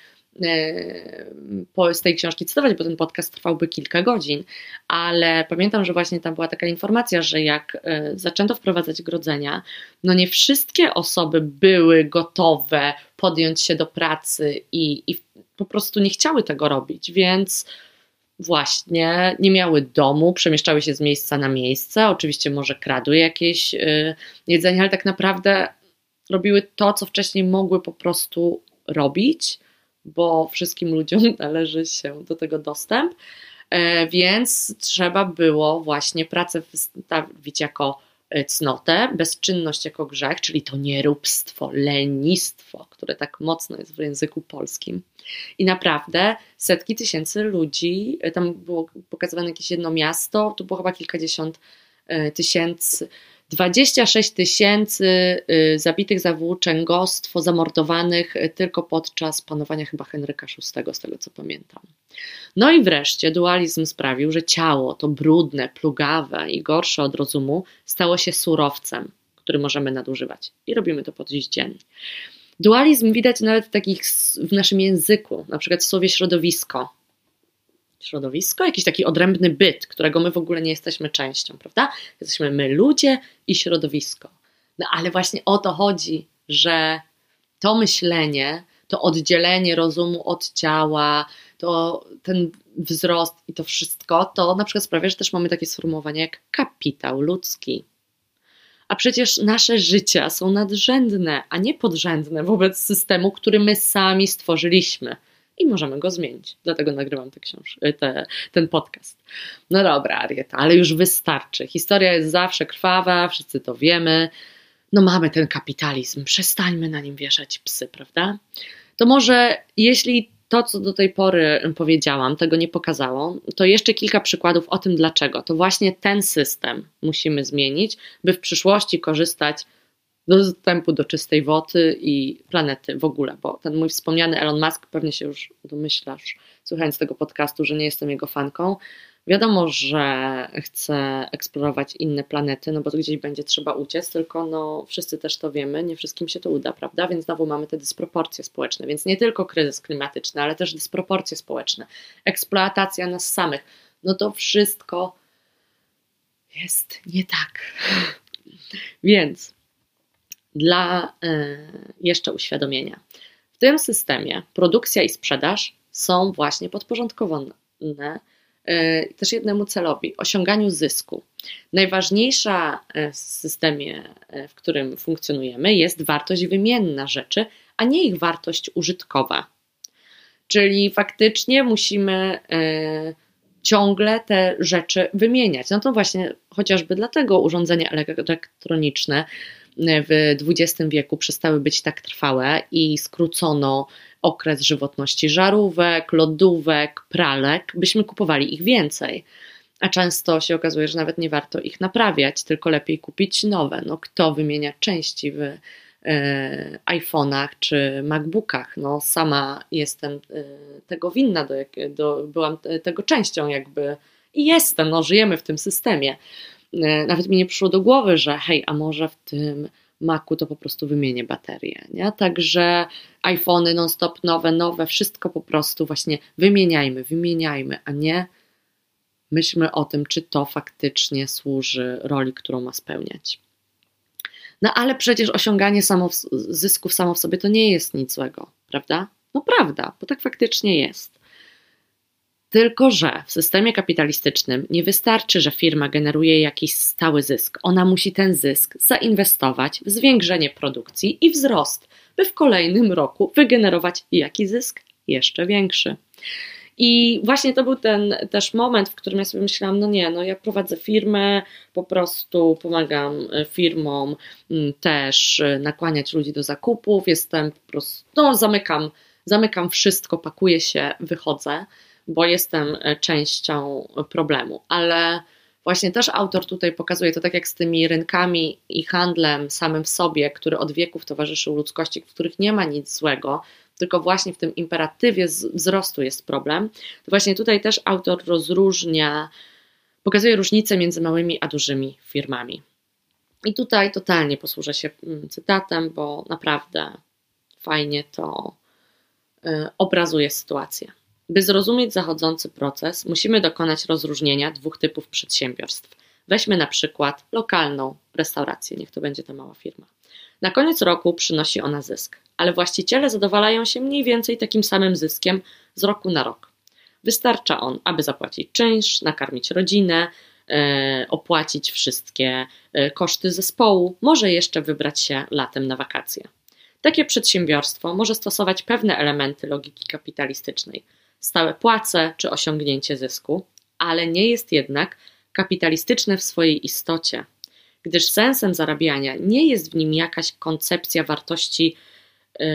[SPEAKER 1] z tej książki cytować, bo ten podcast trwałby kilka godzin, ale pamiętam, że właśnie tam była taka informacja, że jak zaczęto wprowadzać grodzenia, no nie wszystkie osoby były gotowe podjąć się do pracy i, i po prostu nie chciały tego robić, więc właśnie nie miały domu, przemieszczały się z miejsca na miejsce, oczywiście może kradły jakieś jedzenie, ale tak naprawdę robiły to, co wcześniej mogły po prostu robić, bo wszystkim ludziom należy się do tego dostęp, więc trzeba było właśnie pracę wystawić jako cnotę, bezczynność jako grzech, czyli to nieróbstwo, lenistwo, które tak mocno jest w języku polskim. I naprawdę setki tysięcy ludzi, tam było pokazywane jakieś jedno miasto, to było chyba kilkadziesiąt tysięcy, dwadzieścia sześć tysięcy zabitych za włóczęgostwo, zamordowanych tylko podczas panowania chyba Henryka szóstego, z tego co pamiętam. No i wreszcie dualizm sprawił, że ciało, to brudne, plugawe i gorsze od rozumu, stało się surowcem, który możemy nadużywać. I robimy to po dziś dzień. Dualizm widać nawet takich w naszym języku, na przykład w słowie środowisko. Środowisko? Jakiś taki odrębny byt, którego my w ogóle nie jesteśmy częścią, prawda? Jesteśmy my ludzie i środowisko. No ale właśnie o to chodzi, że to myślenie, to oddzielenie rozumu od ciała, to ten wzrost i to wszystko, to na przykład sprawia, że też mamy takie sformułowanie jak kapitał ludzki. A przecież nasze życia są nadrzędne, a nie podrzędne wobec systemu, który my sami stworzyliśmy. I możemy go zmienić. Dlatego nagrywam tę książ- te, ten podcast. No dobra, Arieta, ale już wystarczy. Historia jest zawsze krwawa, wszyscy to wiemy. No mamy ten kapitalizm, przestańmy na nim wieszać psy, prawda? To może jeśli to, co do tej pory powiedziałam, tego nie pokazało, to jeszcze kilka przykładów o tym dlaczego. To właśnie ten system musimy zmienić, by w przyszłości korzystać dostępu do czystej wody i planety w ogóle, bo ten mój wspomniany Elon Musk, pewnie się już domyślasz, słuchając tego podcastu, że nie jestem jego fanką. Wiadomo, że chce eksplorować inne planety, no bo to gdzieś będzie trzeba uciec, tylko no wszyscy też to wiemy, nie wszystkim się to uda, prawda? Więc znowu mamy te dysproporcje społeczne, więc nie tylko kryzys klimatyczny, ale też dysproporcje społeczne, eksploatacja nas samych, no to wszystko jest nie tak. Więc dla y, jeszcze uświadomienia. W tym systemie produkcja i sprzedaż są właśnie podporządkowane y, też jednemu celowi, osiąganiu zysku. Najważniejsza w systemie, w którym funkcjonujemy, jest wartość wymienna rzeczy, a nie ich wartość użytkowa. Czyli faktycznie musimy y, ciągle te rzeczy wymieniać. No to właśnie chociażby dlatego urządzenia elektroniczne w dwudziestym wieku przestały być tak trwałe i skrócono okres żywotności żarówek, lodówek, pralek, byśmy kupowali ich więcej. A często się okazuje, że nawet nie warto ich naprawiać, tylko lepiej kupić nowe. No kto wymienia części w e, iPhone'ach czy MacBookach? No sama jestem e, tego winna, do, do, byłam tego częścią jakby i jestem, no żyjemy w tym systemie. Nawet mi nie przyszło do głowy, że hej, a może w tym Macu to po prostu wymienię baterię, nie? Także iPhony non-stop nowe, nowe, wszystko po prostu właśnie wymieniajmy, wymieniajmy, a nie myślmy o tym, czy to faktycznie służy roli, którą ma spełniać. No ale przecież osiąganie samo, zysków samo w sobie to nie jest nic złego, prawda? No prawda, bo tak faktycznie jest. Tylko że w systemie kapitalistycznym nie wystarczy, że firma generuje jakiś stały zysk. Ona musi ten zysk zainwestować w zwiększenie produkcji i wzrost, by w kolejnym roku wygenerować jaki zysk? Jeszcze większy. I właśnie to był ten też moment, w którym ja sobie myślałam, no nie, no ja prowadzę firmę, po prostu pomagam firmom też nakłaniać ludzi do zakupów, jestem po prostu, no zamykam, zamykam wszystko, pakuję się, wychodzę, bo jestem częścią problemu, ale właśnie też autor tutaj pokazuje to tak jak z tymi rynkami i handlem samym w sobie, który od wieków towarzyszył ludzkości, w których nie ma nic złego, tylko właśnie w tym imperatywie wzrostu jest problem, to właśnie tutaj też autor rozróżnia, pokazuje różnicę między małymi a dużymi firmami. I tutaj totalnie posłużę się cytatem, bo naprawdę fajnie to obrazuje sytuację. By zrozumieć zachodzący proces, musimy dokonać rozróżnienia dwóch typów przedsiębiorstw. Weźmy na przykład lokalną restaurację, niech to będzie ta mała firma. Na koniec roku przynosi ona zysk, ale właściciele zadowalają się mniej więcej takim samym zyskiem z roku na rok. Wystarcza on, aby zapłacić czynsz, nakarmić rodzinę, e, opłacić wszystkie e, koszty zespołu, może jeszcze wybrać się latem na wakacje. Takie przedsiębiorstwo może stosować pewne elementy logiki kapitalistycznej, stałe płace czy osiągnięcie zysku, ale nie jest jednak kapitalistyczne w swojej istocie, gdyż sensem zarabiania nie jest w nim jakaś koncepcja wartości,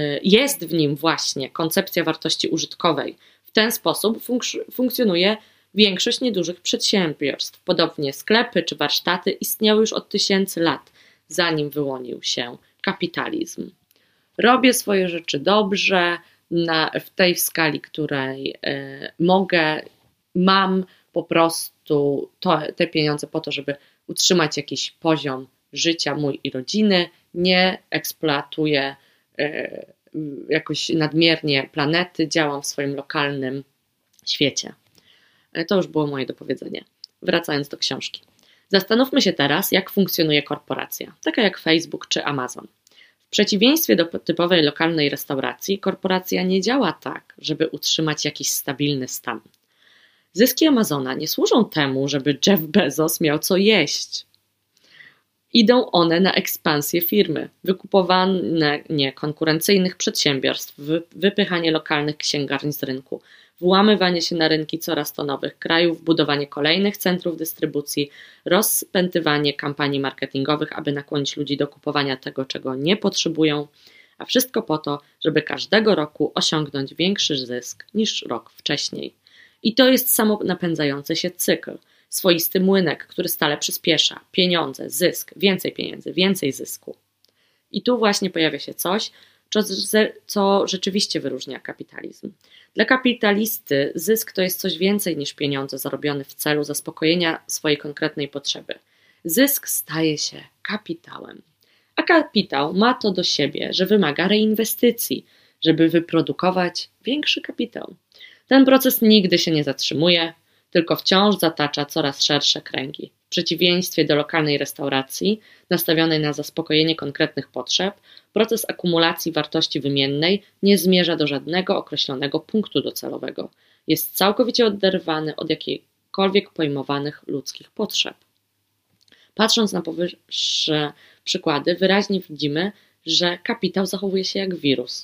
[SPEAKER 1] jest w nim właśnie koncepcja wartości użytkowej. W ten sposób funk- funkcjonuje Większość niedużych przedsiębiorstw, podobnie sklepy czy warsztaty, istniały już od tysięcy lat, zanim wyłonił się kapitalizm. Robię swoje rzeczy dobrze, na, w tej skali, której y, mogę, mam po prostu to, te pieniądze po to, żeby utrzymać jakiś poziom życia mój i rodziny, nie eksploatuję y, jakoś nadmiernie planety, działam w swoim lokalnym świecie. To już było moje dopowiedzenie. Wracając do książki. Zastanówmy się teraz, jak funkcjonuje korporacja, taka jak Facebook czy Amazon. W przeciwieństwie do typowej lokalnej restauracji, korporacja nie działa tak, żeby utrzymać jakiś stabilny stan. Zyski Amazona nie służą temu, żeby Jeff Bezos miał co jeść. Idą one na ekspansję firmy, wykupywanie konkurencyjnych przedsiębiorstw, wypychanie lokalnych księgarni z rynku, włamywanie się na rynki coraz to nowych krajów, budowanie kolejnych centrów dystrybucji, rozpętywanie kampanii marketingowych, aby nakłonić ludzi do kupowania tego, czego nie potrzebują, a wszystko po to, żeby każdego roku osiągnąć większy zysk niż rok wcześniej. I to jest samo napędzający się cykl, swoisty młynek, który stale przyspiesza. Pieniądze, zysk, więcej pieniędzy, więcej zysku. I tu właśnie pojawia się coś, co rzeczywiście wyróżnia kapitalizm. Dla kapitalisty zysk to jest coś więcej niż pieniądze zarobione w celu zaspokojenia swojej konkretnej potrzeby. Zysk staje się kapitałem. A kapitał ma to do siebie, że wymaga reinwestycji, żeby wyprodukować większy kapitał. Ten proces nigdy się nie zatrzymuje, tylko wciąż zatacza coraz szersze kręgi. W przeciwieństwie do lokalnej restauracji, nastawionej na zaspokojenie konkretnych potrzeb, proces akumulacji wartości wymiennej nie zmierza do żadnego określonego punktu docelowego. Jest całkowicie oderwany od jakichkolwiek pojmowanych ludzkich potrzeb. Patrząc na powyższe przykłady, wyraźnie widzimy, że kapitał zachowuje się jak wirus.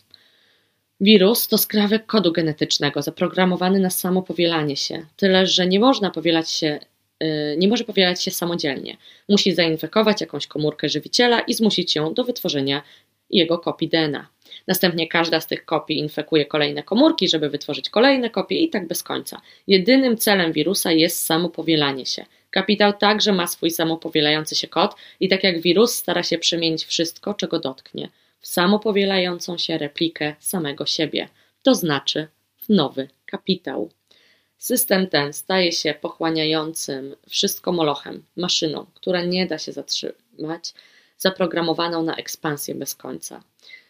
[SPEAKER 1] Wirus to skrawek kodu genetycznego zaprogramowany na samopowielanie się, tyle że nie można powielać się, yy, nie może powielać się samodzielnie. Musi zainfekować jakąś komórkę żywiciela i zmusić ją do wytworzenia jego kopii D N A. Następnie każda z tych kopii infekuje kolejne komórki, żeby wytworzyć kolejne kopie i tak bez końca. Jedynym celem wirusa jest samopowielanie się. Kapitał także ma swój samopowielający się kod i tak jak wirus stara się przemienić wszystko, czego dotknie, w samopowielającą się replikę samego siebie, to znaczy w nowy kapitał. System ten staje się pochłaniającym wszystko molochem, maszyną, która nie da się zatrzymać, zaprogramowaną na ekspansję bez końca.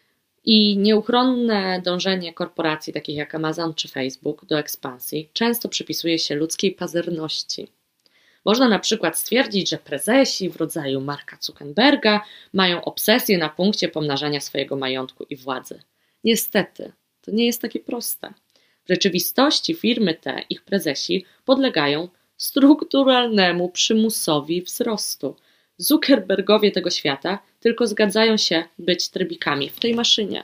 [SPEAKER 1] I nieuchronne dążenie korporacji takich jak Amazon czy Facebook do ekspansji często przypisuje się ludzkiej pazerności. Można na przykład stwierdzić, że prezesi w rodzaju Marka Zuckerberga mają obsesję na punkcie pomnażania swojego majątku i władzy. Niestety, to nie jest takie proste. W rzeczywistości firmy te, ich prezesi, podlegają strukturalnemu przymusowi wzrostu. Zuckerbergowie tego świata tylko zgadzają się być trybikami w tej maszynie.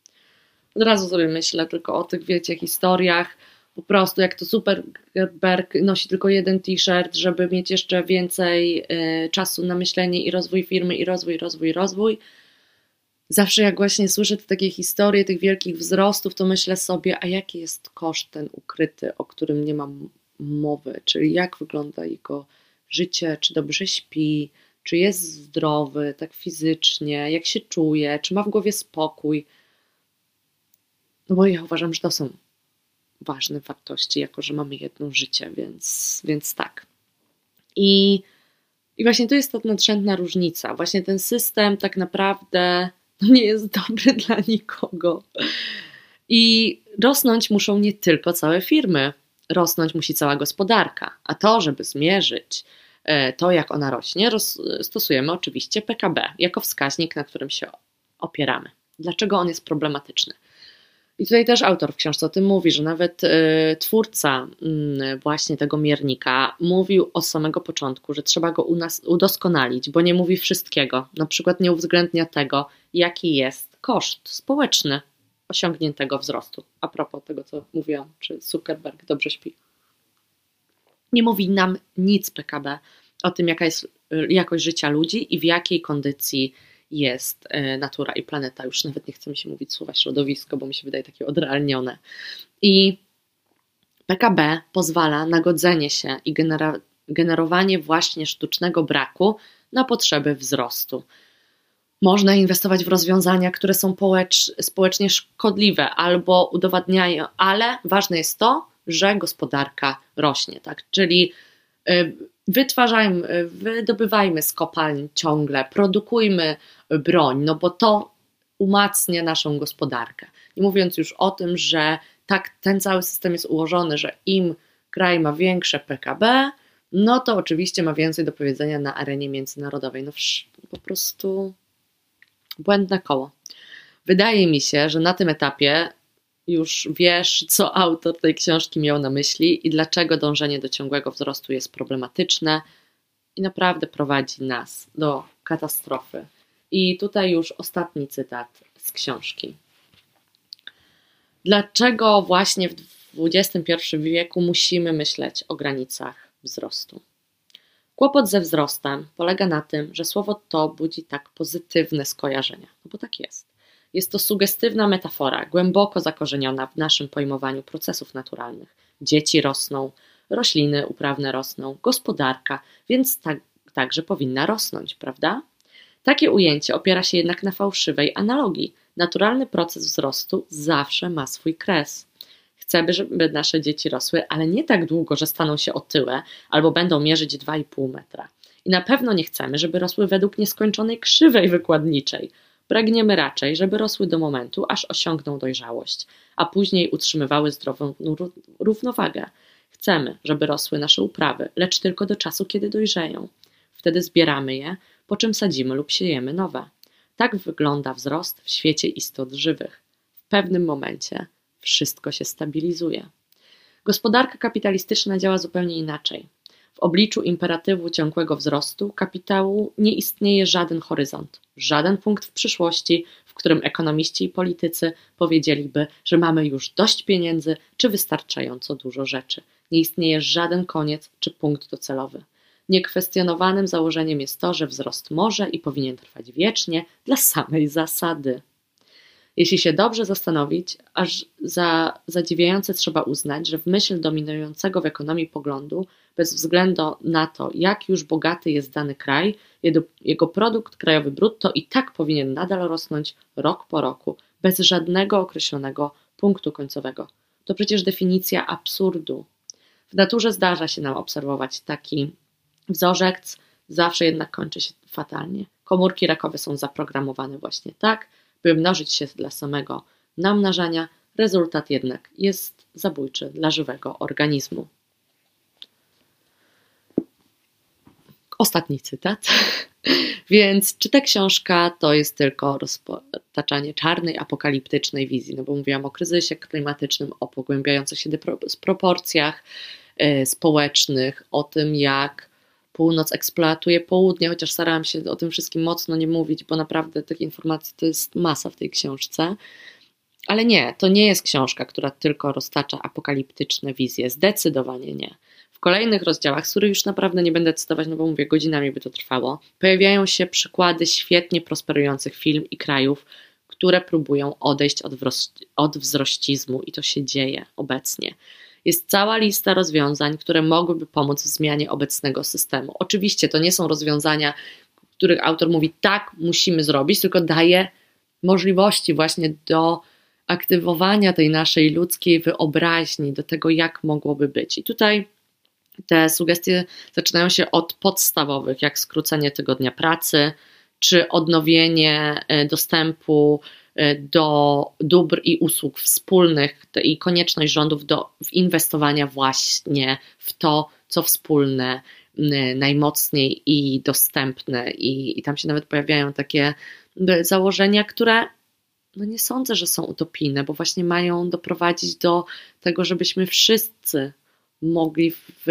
[SPEAKER 1] Od razu sobie myślę tylko o tych, wiecie, historiach, po prostu jak to Zuckerberg nosi tylko jeden t-shirt, żeby mieć jeszcze więcej y, czasu na myślenie i rozwój firmy, i rozwój, rozwój, rozwój. Zawsze jak właśnie słyszę te takie historie tych wielkich wzrostów, to myślę sobie, a jaki jest koszt ten ukryty, o którym nie mam mowy, czyli jak wygląda jego życie, czy dobrze śpi, czy jest zdrowy, tak fizycznie, jak się czuje, czy ma w głowie spokój. No bo ja uważam, że to są ważne wartości, jako że mamy jedno życie, więc, więc tak. I, I właśnie to jest ta nadrzędna różnica. Właśnie ten system tak naprawdę nie jest dobry dla nikogo. I rosnąć muszą nie tylko całe firmy, rosnąć musi cała gospodarka. A to, żeby zmierzyć to, jak ona rośnie, roz, stosujemy oczywiście P K B jako wskaźnik, na którym się opieramy. Dlaczego on jest problematyczny? I tutaj też autor w książce o tym mówi, że nawet y, twórca y, właśnie tego miernika mówił od samego początku, że trzeba go u nas udoskonalić, bo nie mówi wszystkiego. Na przykład nie uwzględnia tego, jaki jest koszt społeczny osiągniętego wzrostu. A propos tego, co mówiłam, czy Zuckerberg dobrze śpi. Nie mówi nam nic P K B o tym, jaka jest jakość życia ludzi i w jakiej kondycji jest natura i planeta. Już nawet nie chce mi się mówić słowa środowisko, bo mi się wydaje takie odrealnione. I P K B pozwala na godzenie się i genera- generowanie właśnie sztucznego braku na potrzeby wzrostu. Można inwestować w rozwiązania, które są połecz- społecznie szkodliwe albo udowadniają, ale ważne jest to, że gospodarka rośnie, tak? Czyli y, wytwarzajmy, y, wydobywajmy z kopalń ciągle, produkujmy broń, no bo to umacnia naszą gospodarkę. Nie mówiąc już o tym, że tak ten cały system jest ułożony, że im kraj ma większe P K B, no to oczywiście ma więcej do powiedzenia na arenie międzynarodowej. No po prostu błędne koło. Wydaje mi się, że na tym etapie już wiesz, co autor tej książki miał na myśli i dlaczego dążenie do ciągłego wzrostu jest problematyczne i naprawdę prowadzi nas do katastrofy. I tutaj już ostatni cytat z książki. Dlaczego właśnie w dwudziestym pierwszym wieku musimy myśleć o granicach wzrostu? Kłopot ze wzrostem polega na tym, że słowo to budzi tak pozytywne skojarzenia, no bo tak jest. Jest to sugestywna metafora, głęboko zakorzeniona w naszym pojmowaniu procesów naturalnych. Dzieci rosną, rośliny uprawne rosną, gospodarka, więc tak, także powinna rosnąć, prawda? Takie ujęcie opiera się jednak na fałszywej analogii. Naturalny proces wzrostu zawsze ma swój kres. Chcemy, żeby nasze dzieci rosły, ale nie tak długo, że staną się otyłe albo będą mierzyć dwa i pół metra. I na pewno nie chcemy, żeby rosły według nieskończonej krzywej wykładniczej. Pragniemy raczej, żeby rosły do momentu, aż osiągną dojrzałość, a później utrzymywały zdrową równowagę. Chcemy, żeby rosły nasze uprawy, lecz tylko do czasu, kiedy dojrzeją. Wtedy zbieramy je, po czym sadzimy lub siejemy nowe. Tak wygląda wzrost w świecie istot żywych. W pewnym momencie wszystko się stabilizuje. Gospodarka kapitalistyczna działa zupełnie inaczej. W obliczu imperatywu ciągłego wzrostu kapitału nie istnieje żaden horyzont, żaden punkt w przyszłości, w którym ekonomiści i politycy powiedzieliby, że mamy już dość pieniędzy czy wystarczająco dużo rzeczy. Nie istnieje żaden koniec czy punkt docelowy. Niekwestionowanym założeniem jest to, że wzrost może i powinien trwać wiecznie dla samej zasady. Jeśli się dobrze zastanowić, aż za zadziwiające trzeba uznać, że w myśl dominującego w ekonomii poglądu, bez względu na to, jak już bogaty jest dany kraj, jego produkt krajowy brutto i tak powinien nadal rosnąć rok po roku, bez żadnego określonego punktu końcowego. To przecież definicja absurdu. W naturze zdarza się nam obserwować taki wzorzec, zawsze jednak kończy się fatalnie. Komórki rakowe są zaprogramowane właśnie tak, by mnożyć się dla samego namnażania, rezultat jednak jest zabójczy dla żywego organizmu. Ostatni cytat. Więc czy ta książka to jest tylko roztaczanie czarnej, apokaliptycznej wizji? No bo mówiłam o kryzysie klimatycznym, o pogłębiających się dysproporcjach yy, społecznych, o tym, jak północ eksploatuje południe, chociaż starałam się o tym wszystkim mocno nie mówić, bo naprawdę tych informacji to jest masa w tej książce. Ale nie, to nie jest książka, która tylko roztacza apokaliptyczne wizje. Zdecydowanie nie. W kolejnych rozdziałach, z których już naprawdę nie będę cytować, no bo mówię, godzinami by to trwało, pojawiają się przykłady świetnie prosperujących firm i krajów, które próbują odejść od, wroś- od wzrościzmu i to się dzieje obecnie. Jest cała lista rozwiązań, które mogłyby pomóc w zmianie obecnego systemu. Oczywiście to nie są rozwiązania, których autor mówi, tak musimy zrobić, tylko daje możliwości właśnie do aktywowania tej naszej ludzkiej wyobraźni, do tego, jak mogłoby być. I tutaj te sugestie zaczynają się od podstawowych, jak skrócenie tygodnia pracy, czy odnowienie dostępu do dóbr i usług wspólnych i konieczność rządów do inwestowania właśnie w to, co wspólne, najmocniej i dostępne. I, i tam się nawet pojawiają takie założenia, które no nie sądzę, że są utopijne, bo właśnie mają doprowadzić do tego, żebyśmy wszyscy mogli w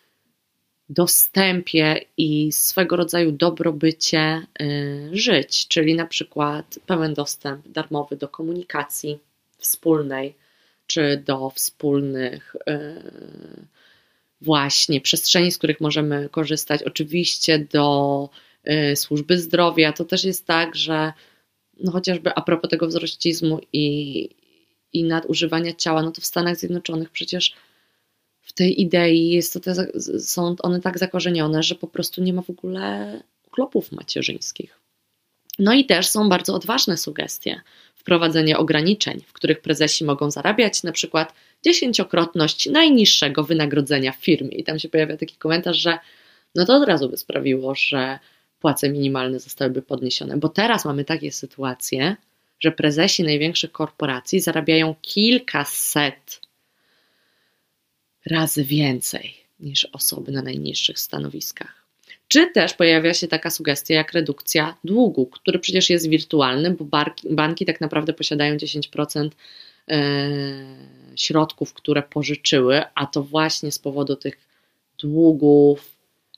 [SPEAKER 1] dostępie i swego rodzaju dobrobycie y, żyć, czyli na przykład pełen dostęp darmowy do komunikacji wspólnej, czy do wspólnych y, właśnie przestrzeni, z których możemy korzystać, oczywiście do y, służby zdrowia. To też jest tak, że no chociażby a propos tego wzrościzmu i, i nadużywania ciała, no to w Stanach Zjednoczonych przecież tej idei jest to te, są one tak zakorzenione, że po prostu nie ma w ogóle klopów macierzyńskich. No i też są bardzo odważne sugestie. Wprowadzenie ograniczeń, w których prezesi mogą zarabiać na przykład dziesięciokrotność najniższego wynagrodzenia w firmie. I tam się pojawia taki komentarz, że no to od razu by sprawiło, że płace minimalne zostałyby podniesione. Bo teraz mamy takie sytuacje, że prezesi największych korporacji zarabiają kilkaset razy więcej niż osoby na najniższych stanowiskach. Czy też pojawia się taka sugestia jak redukcja długu, który przecież jest wirtualny, bo barki, banki tak naprawdę posiadają dziesięć procent środków, które pożyczyły, a to właśnie z powodu tych długów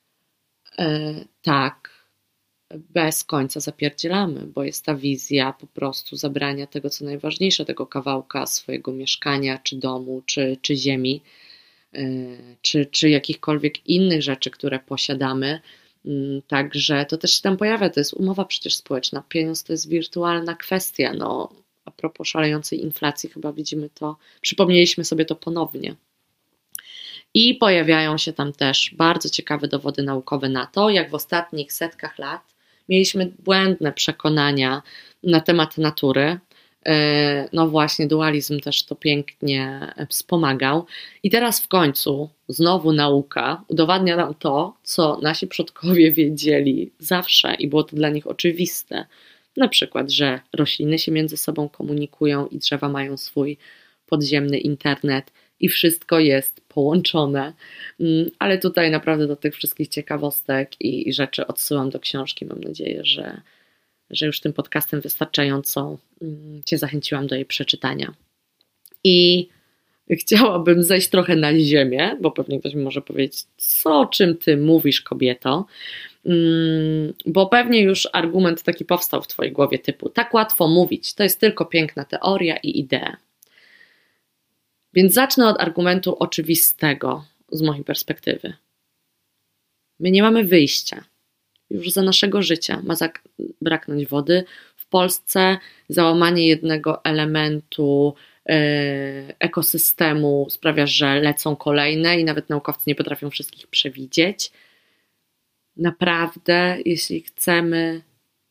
[SPEAKER 1] tak bez końca zapierdzielamy, bo jest ta wizja po prostu zabrania tego, co najważniejsze, tego kawałka swojego mieszkania, czy domu, czy, czy ziemi, czy, czy jakichkolwiek innych rzeczy, które posiadamy. Także to też się tam pojawia, to jest umowa przecież społeczna, pieniądz to jest wirtualna kwestia. No, a propos szalejącej inflacji, chyba widzimy to, przypomnieliśmy sobie to ponownie. I pojawiają się tam też bardzo ciekawe dowody naukowe na to, jak w ostatnich setkach lat mieliśmy błędne przekonania na temat natury. No właśnie, dualizm też to pięknie wspomagał. I teraz w końcu znowu nauka udowadnia nam to, co nasi przodkowie wiedzieli zawsze i było to dla nich oczywiste. Na przykład, że rośliny się między sobą komunikują i drzewa mają swój podziemny internet i wszystko jest połączone. Ale tutaj naprawdę do tych wszystkich ciekawostek i rzeczy odsyłam do książki. Mam nadzieję, że że już tym podcastem wystarczająco Cię zachęciłam do jej przeczytania. I chciałabym zejść trochę na ziemię, bo pewnie ktoś mi może powiedzieć, co, o czym Ty mówisz, kobieto, bo pewnie już argument taki powstał w Twojej głowie typu, tak łatwo mówić, to jest tylko piękna teoria i idea. Więc zacznę od argumentu oczywistego z mojej perspektywy. My nie mamy wyjścia. Już za naszego życia ma zabraknąć wody. W Polsce załamanie jednego elementu yy, ekosystemu sprawia, że lecą kolejne i nawet naukowcy nie potrafią wszystkich przewidzieć. Naprawdę, jeśli chcemy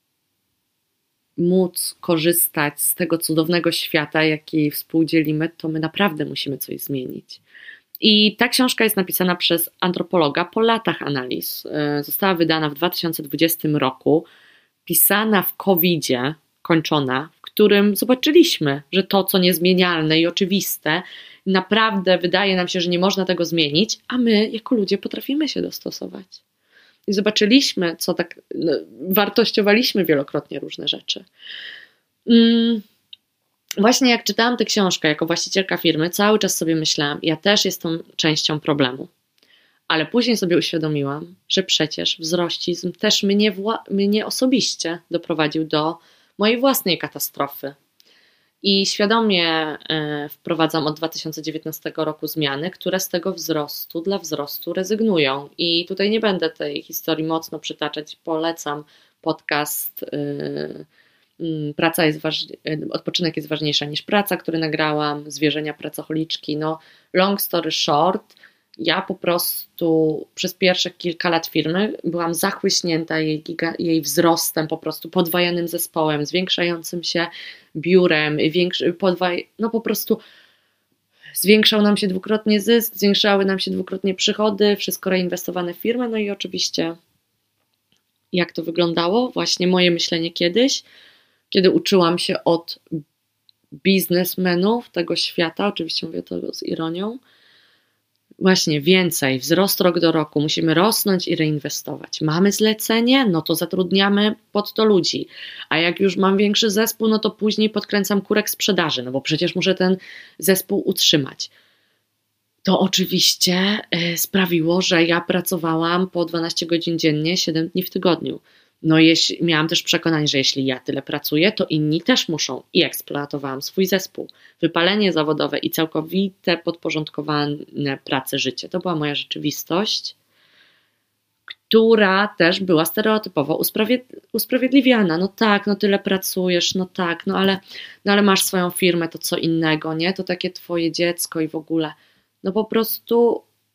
[SPEAKER 1] móc korzystać z tego cudownego świata, jaki współdzielimy, to my naprawdę musimy coś zmienić. I ta książka jest napisana przez antropologa po latach analiz. Została wydana w dwa tysiące dwudziestym roku, pisana w kowidzie, kończona, w którym zobaczyliśmy, że to, co niezmienialne i oczywiste, naprawdę wydaje nam się, że nie można tego zmienić, a my jako ludzie potrafimy się dostosować. I zobaczyliśmy, co tak, no, wartościowaliśmy wielokrotnie różne rzeczy. Mm. Właśnie jak czytałam tę książkę jako właścicielka firmy, cały czas sobie myślałam, ja też jestem częścią problemu. Ale później sobie uświadomiłam, że przecież wzrościzm też mnie, wła- mnie osobiście doprowadził do mojej własnej katastrofy. I świadomie y, wprowadzam od dwa tysiące dziewiętnastego roku zmiany, które z tego wzrostu dla wzrostu rezygnują. I tutaj nie będę tej historii mocno przytaczać, polecam podcast y, Praca jest ważniejsza, odpoczynek jest ważniejsza niż praca, który nagrałam, zwierzenia pracocholiczki. No, long story short, ja po prostu przez pierwsze kilka lat firmy byłam zachłyśnięta jej, giga, jej wzrostem, po prostu podwajanym zespołem, zwiększającym się biurem, większy, podwaj, no po prostu zwiększał nam się dwukrotnie zysk, zwiększały nam się dwukrotnie przychody, wszystko reinwestowane w firmę, no i oczywiście jak to wyglądało? Właśnie moje myślenie kiedyś, kiedy uczyłam się od biznesmenów tego świata, oczywiście mówię to z ironią, właśnie więcej, wzrost rok do roku, musimy rosnąć i reinwestować. Mamy zlecenie, no to zatrudniamy pod to ludzi, a jak już mam większy zespół, no to później podkręcam kurek sprzedaży, no bo przecież muszę ten zespół utrzymać. To oczywiście sprawiło, że ja pracowałam po dwanaście godzin dziennie, siedem dni w tygodniu. No jeśli, miałam też przekonanie, że jeśli ja tyle pracuję, to inni też muszą i eksploatowałam swój zespół. Wypalenie zawodowe i całkowite podporządkowane pracy życie. To była moja rzeczywistość, która też była stereotypowo usprawiedli- usprawiedliwiana. No tak, no tyle pracujesz, no tak, no ale, no ale masz swoją firmę, to co innego, nie? To takie twoje dziecko i w ogóle. No po prostu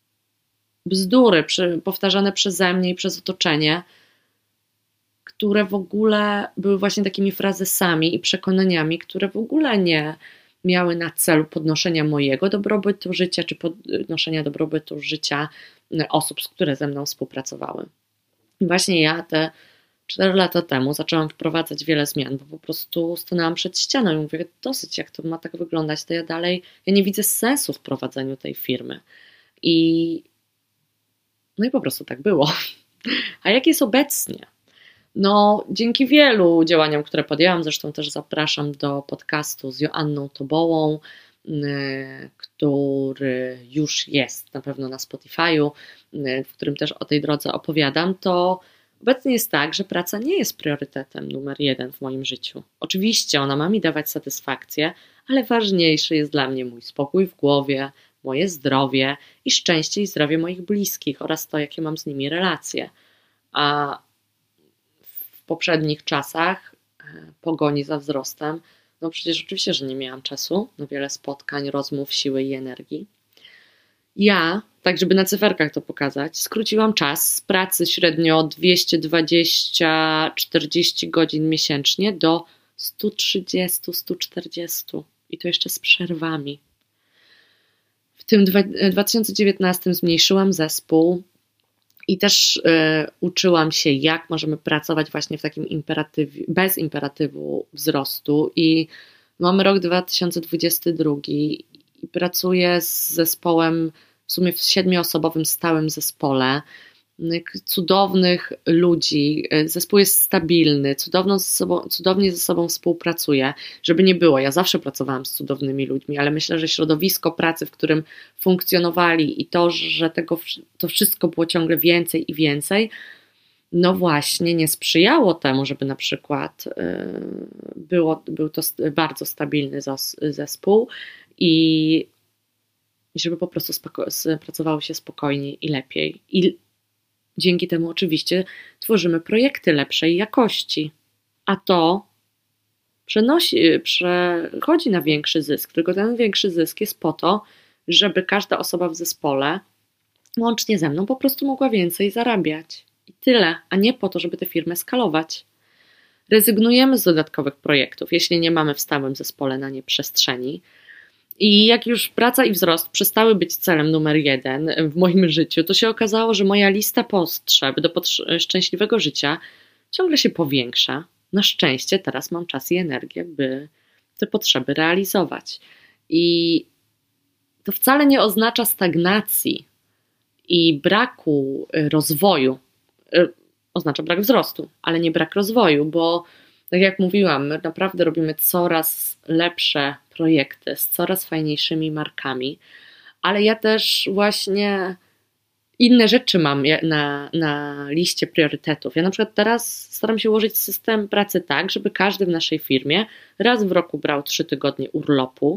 [SPEAKER 1] bzdury przy, powtarzane przeze mnie i przez otoczenie, które w ogóle były właśnie takimi frazesami i przekonaniami, które w ogóle nie miały na celu podnoszenia mojego dobrobytu życia, czy podnoszenia dobrobytu życia osób, które ze mną współpracowały. I właśnie ja te cztery lata temu zaczęłam wprowadzać wiele zmian, bo po prostu stanęłam przed ścianą i mówię, dosyć, jak to ma tak wyglądać, to ja dalej, ja nie widzę sensu w prowadzeniu tej firmy. I no i po prostu tak było. A jak jest obecnie? No, dzięki wielu działaniom, które podjęłam, zresztą też zapraszam do podcastu z Joanną Tobołą, który już jest na pewno na Spotify'u, w którym też o tej drodze opowiadam, to obecnie jest tak, że praca nie jest priorytetem numer jeden w moim życiu. Oczywiście ona ma mi dawać satysfakcję, ale ważniejszy jest dla mnie mój spokój w głowie, moje zdrowie i szczęście i zdrowie moich bliskich oraz to, jakie mam z nimi relacje. A w poprzednich czasach pogoni za wzrostem, no przecież oczywiście, że nie miałam czasu na wiele spotkań, rozmów, siły i energii. Ja, tak żeby na cyferkach to pokazać, skróciłam czas z pracy średnio dwieście dwadzieścia do czterdziestu godzin miesięcznie do sto trzydzieści do stu czterdziestu i to jeszcze z przerwami. W tym dwa tysiące dziewiętnastym zmniejszyłam zespół i też y, uczyłam się, jak możemy pracować właśnie w takim imperatywie, bez imperatywu wzrostu i mamy rok dwa tysiące dwudziesty drugi i pracuję z zespołem w sumie w siedmioosobowym stałym zespole cudownych ludzi, zespół jest stabilny, cudowną ze sobą, cudownie ze sobą współpracuje, żeby nie było, ja zawsze pracowałam z cudownymi ludźmi, ale myślę, że środowisko pracy, w którym funkcjonowali i to, że tego, to wszystko było ciągle więcej i więcej, no właśnie nie sprzyjało temu, żeby na przykład było, był to bardzo stabilny zespół i żeby po prostu spoko- pracowało się spokojniej i lepiej. I dzięki temu oczywiście tworzymy projekty lepszej jakości, a to przenosi, przechodzi na większy zysk, tylko ten większy zysk jest po to, żeby każda osoba w zespole, łącznie ze mną, po prostu mogła więcej zarabiać. I tyle, a nie po to, żeby tę firmę skalować. Rezygnujemy z dodatkowych projektów, jeśli nie mamy w stałym zespole na nie przestrzeni. I jak już praca i wzrost przestały być celem numer jeden w moim życiu, to się okazało, że moja lista potrzeb do pot- szczęśliwego życia ciągle się powiększa. Na szczęście teraz mam czas i energię, by te potrzeby realizować. I to wcale nie oznacza stagnacji i braku rozwoju. Oznacza brak wzrostu, ale nie brak rozwoju, bo tak jak mówiłam, my naprawdę robimy coraz lepsze projekty z coraz fajniejszymi markami, ale ja też właśnie inne rzeczy mam na, na liście priorytetów. Ja na przykład teraz staram się ułożyć system pracy tak, żeby każdy w naszej firmie raz w roku brał trzy tygodnie urlopu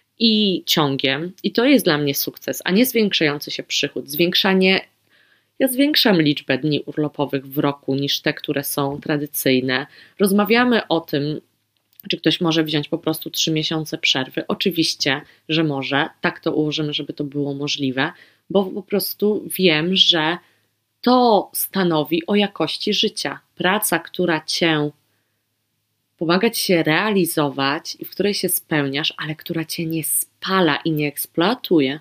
[SPEAKER 1] i ciągiem, i to jest dla mnie sukces, a nie zwiększający się przychód. Zwiększanie Ja zwiększam liczbę dni urlopowych w roku niż te, które są tradycyjne. Rozmawiamy o tym, czy ktoś może wziąć po prostu trzy miesiące przerwy. Oczywiście, że może. Tak to ułożymy, żeby to było możliwe, bo po prostu wiem, że to stanowi o jakości życia. Praca, która cię pomaga ci się realizować i w której się spełniasz, ale która cię nie spala i nie eksploatuje.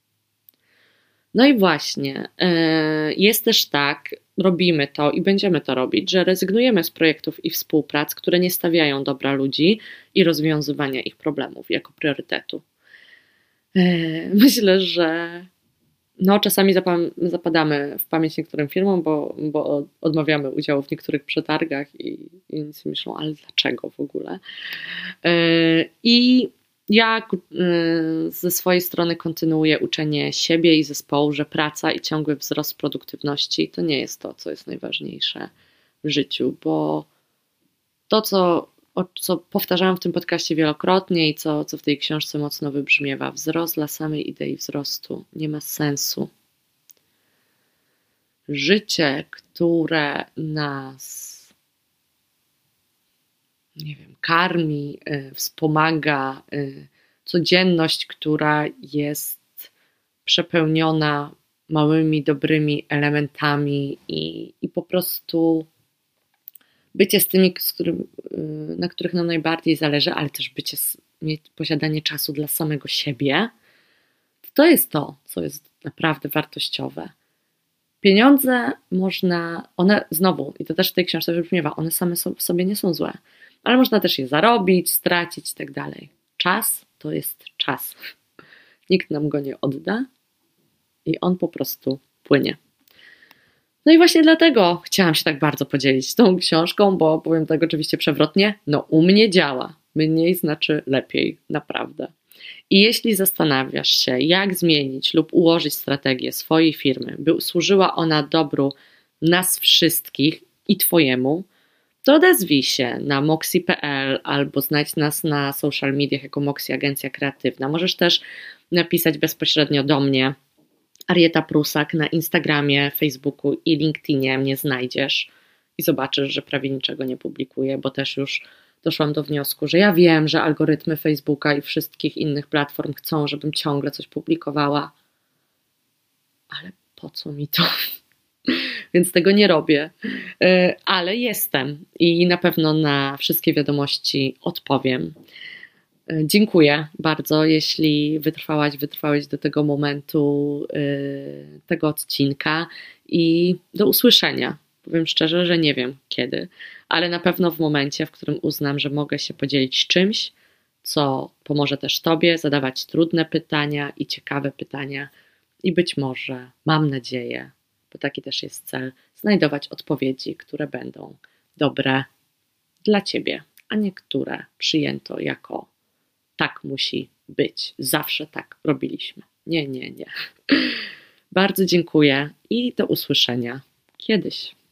[SPEAKER 1] No i właśnie, jest też tak, robimy to i będziemy to robić, że rezygnujemy z projektów i współprac, które nie stawiają dobra ludzi i rozwiązywania ich problemów jako priorytetu. Myślę, że no, czasami zapadamy w pamięć niektórym firmom, bo, bo odmawiamy udziału w niektórych przetargach i, i nic sobie myślą, ale dlaczego w ogóle? I ja ze swojej strony kontynuuję uczenie siebie i zespołu, że praca i ciągły wzrost produktywności to nie jest to, co jest najważniejsze w życiu, bo to, co, o, co powtarzałam w tym podcaście wielokrotnie i co, co w tej książce mocno wybrzmiewa, wzrost dla samej idei wzrostu nie ma sensu. Życie, które nas nie wiem, karmi, wspomaga, codzienność, która jest przepełniona małymi, dobrymi elementami i, i po prostu bycie z tymi, z którym, na których nam najbardziej zależy, ale też bycie, mieć posiadanie czasu dla samego siebie, to jest to, co jest naprawdę wartościowe. Pieniądze można, one znowu, i to też w tej książce wybrzmiewa, one same w sobie nie są złe, ale można też je zarobić, stracić i tak dalej. Czas to jest czas. Nikt nam go nie odda i on po prostu płynie. No i właśnie dlatego chciałam się tak bardzo podzielić tą książką, bo powiem tak oczywiście przewrotnie, no u mnie działa. Mniej znaczy lepiej, naprawdę. I jeśli zastanawiasz się, jak zmienić lub ułożyć strategię swojej firmy, by służyła ona dobru nas wszystkich i Twojemu, to odezwij się na moxie kropka p l albo znajdź nas na social mediach jako Moxie Agencja Kreatywna. Możesz też napisać bezpośrednio do mnie, Arieta Prusak, na Instagramie, Facebooku i LinkedInie mnie znajdziesz i zobaczysz, że prawie niczego nie publikuję, bo też już doszłam do wniosku, że ja wiem, że algorytmy Facebooka i wszystkich innych platform chcą, żebym ciągle coś publikowała, ale po co mi to? Więc tego nie robię, ale jestem i na pewno na wszystkie wiadomości odpowiem. Dziękuję bardzo, jeśli wytrwałaś, wytrwałeś do tego momentu tego odcinka i do usłyszenia. Powiem szczerze, że nie wiem kiedy, ale na pewno w momencie, w którym uznam, że mogę się podzielić czymś, co pomoże też Tobie zadawać trudne pytania i ciekawe pytania i być może, mam nadzieję, bo taki też jest cel, znajdować odpowiedzi, które będą dobre dla Ciebie, a nie które przyjęto jako tak musi być, zawsze tak robiliśmy. Nie, nie, nie. Bardzo dziękuję i do usłyszenia kiedyś.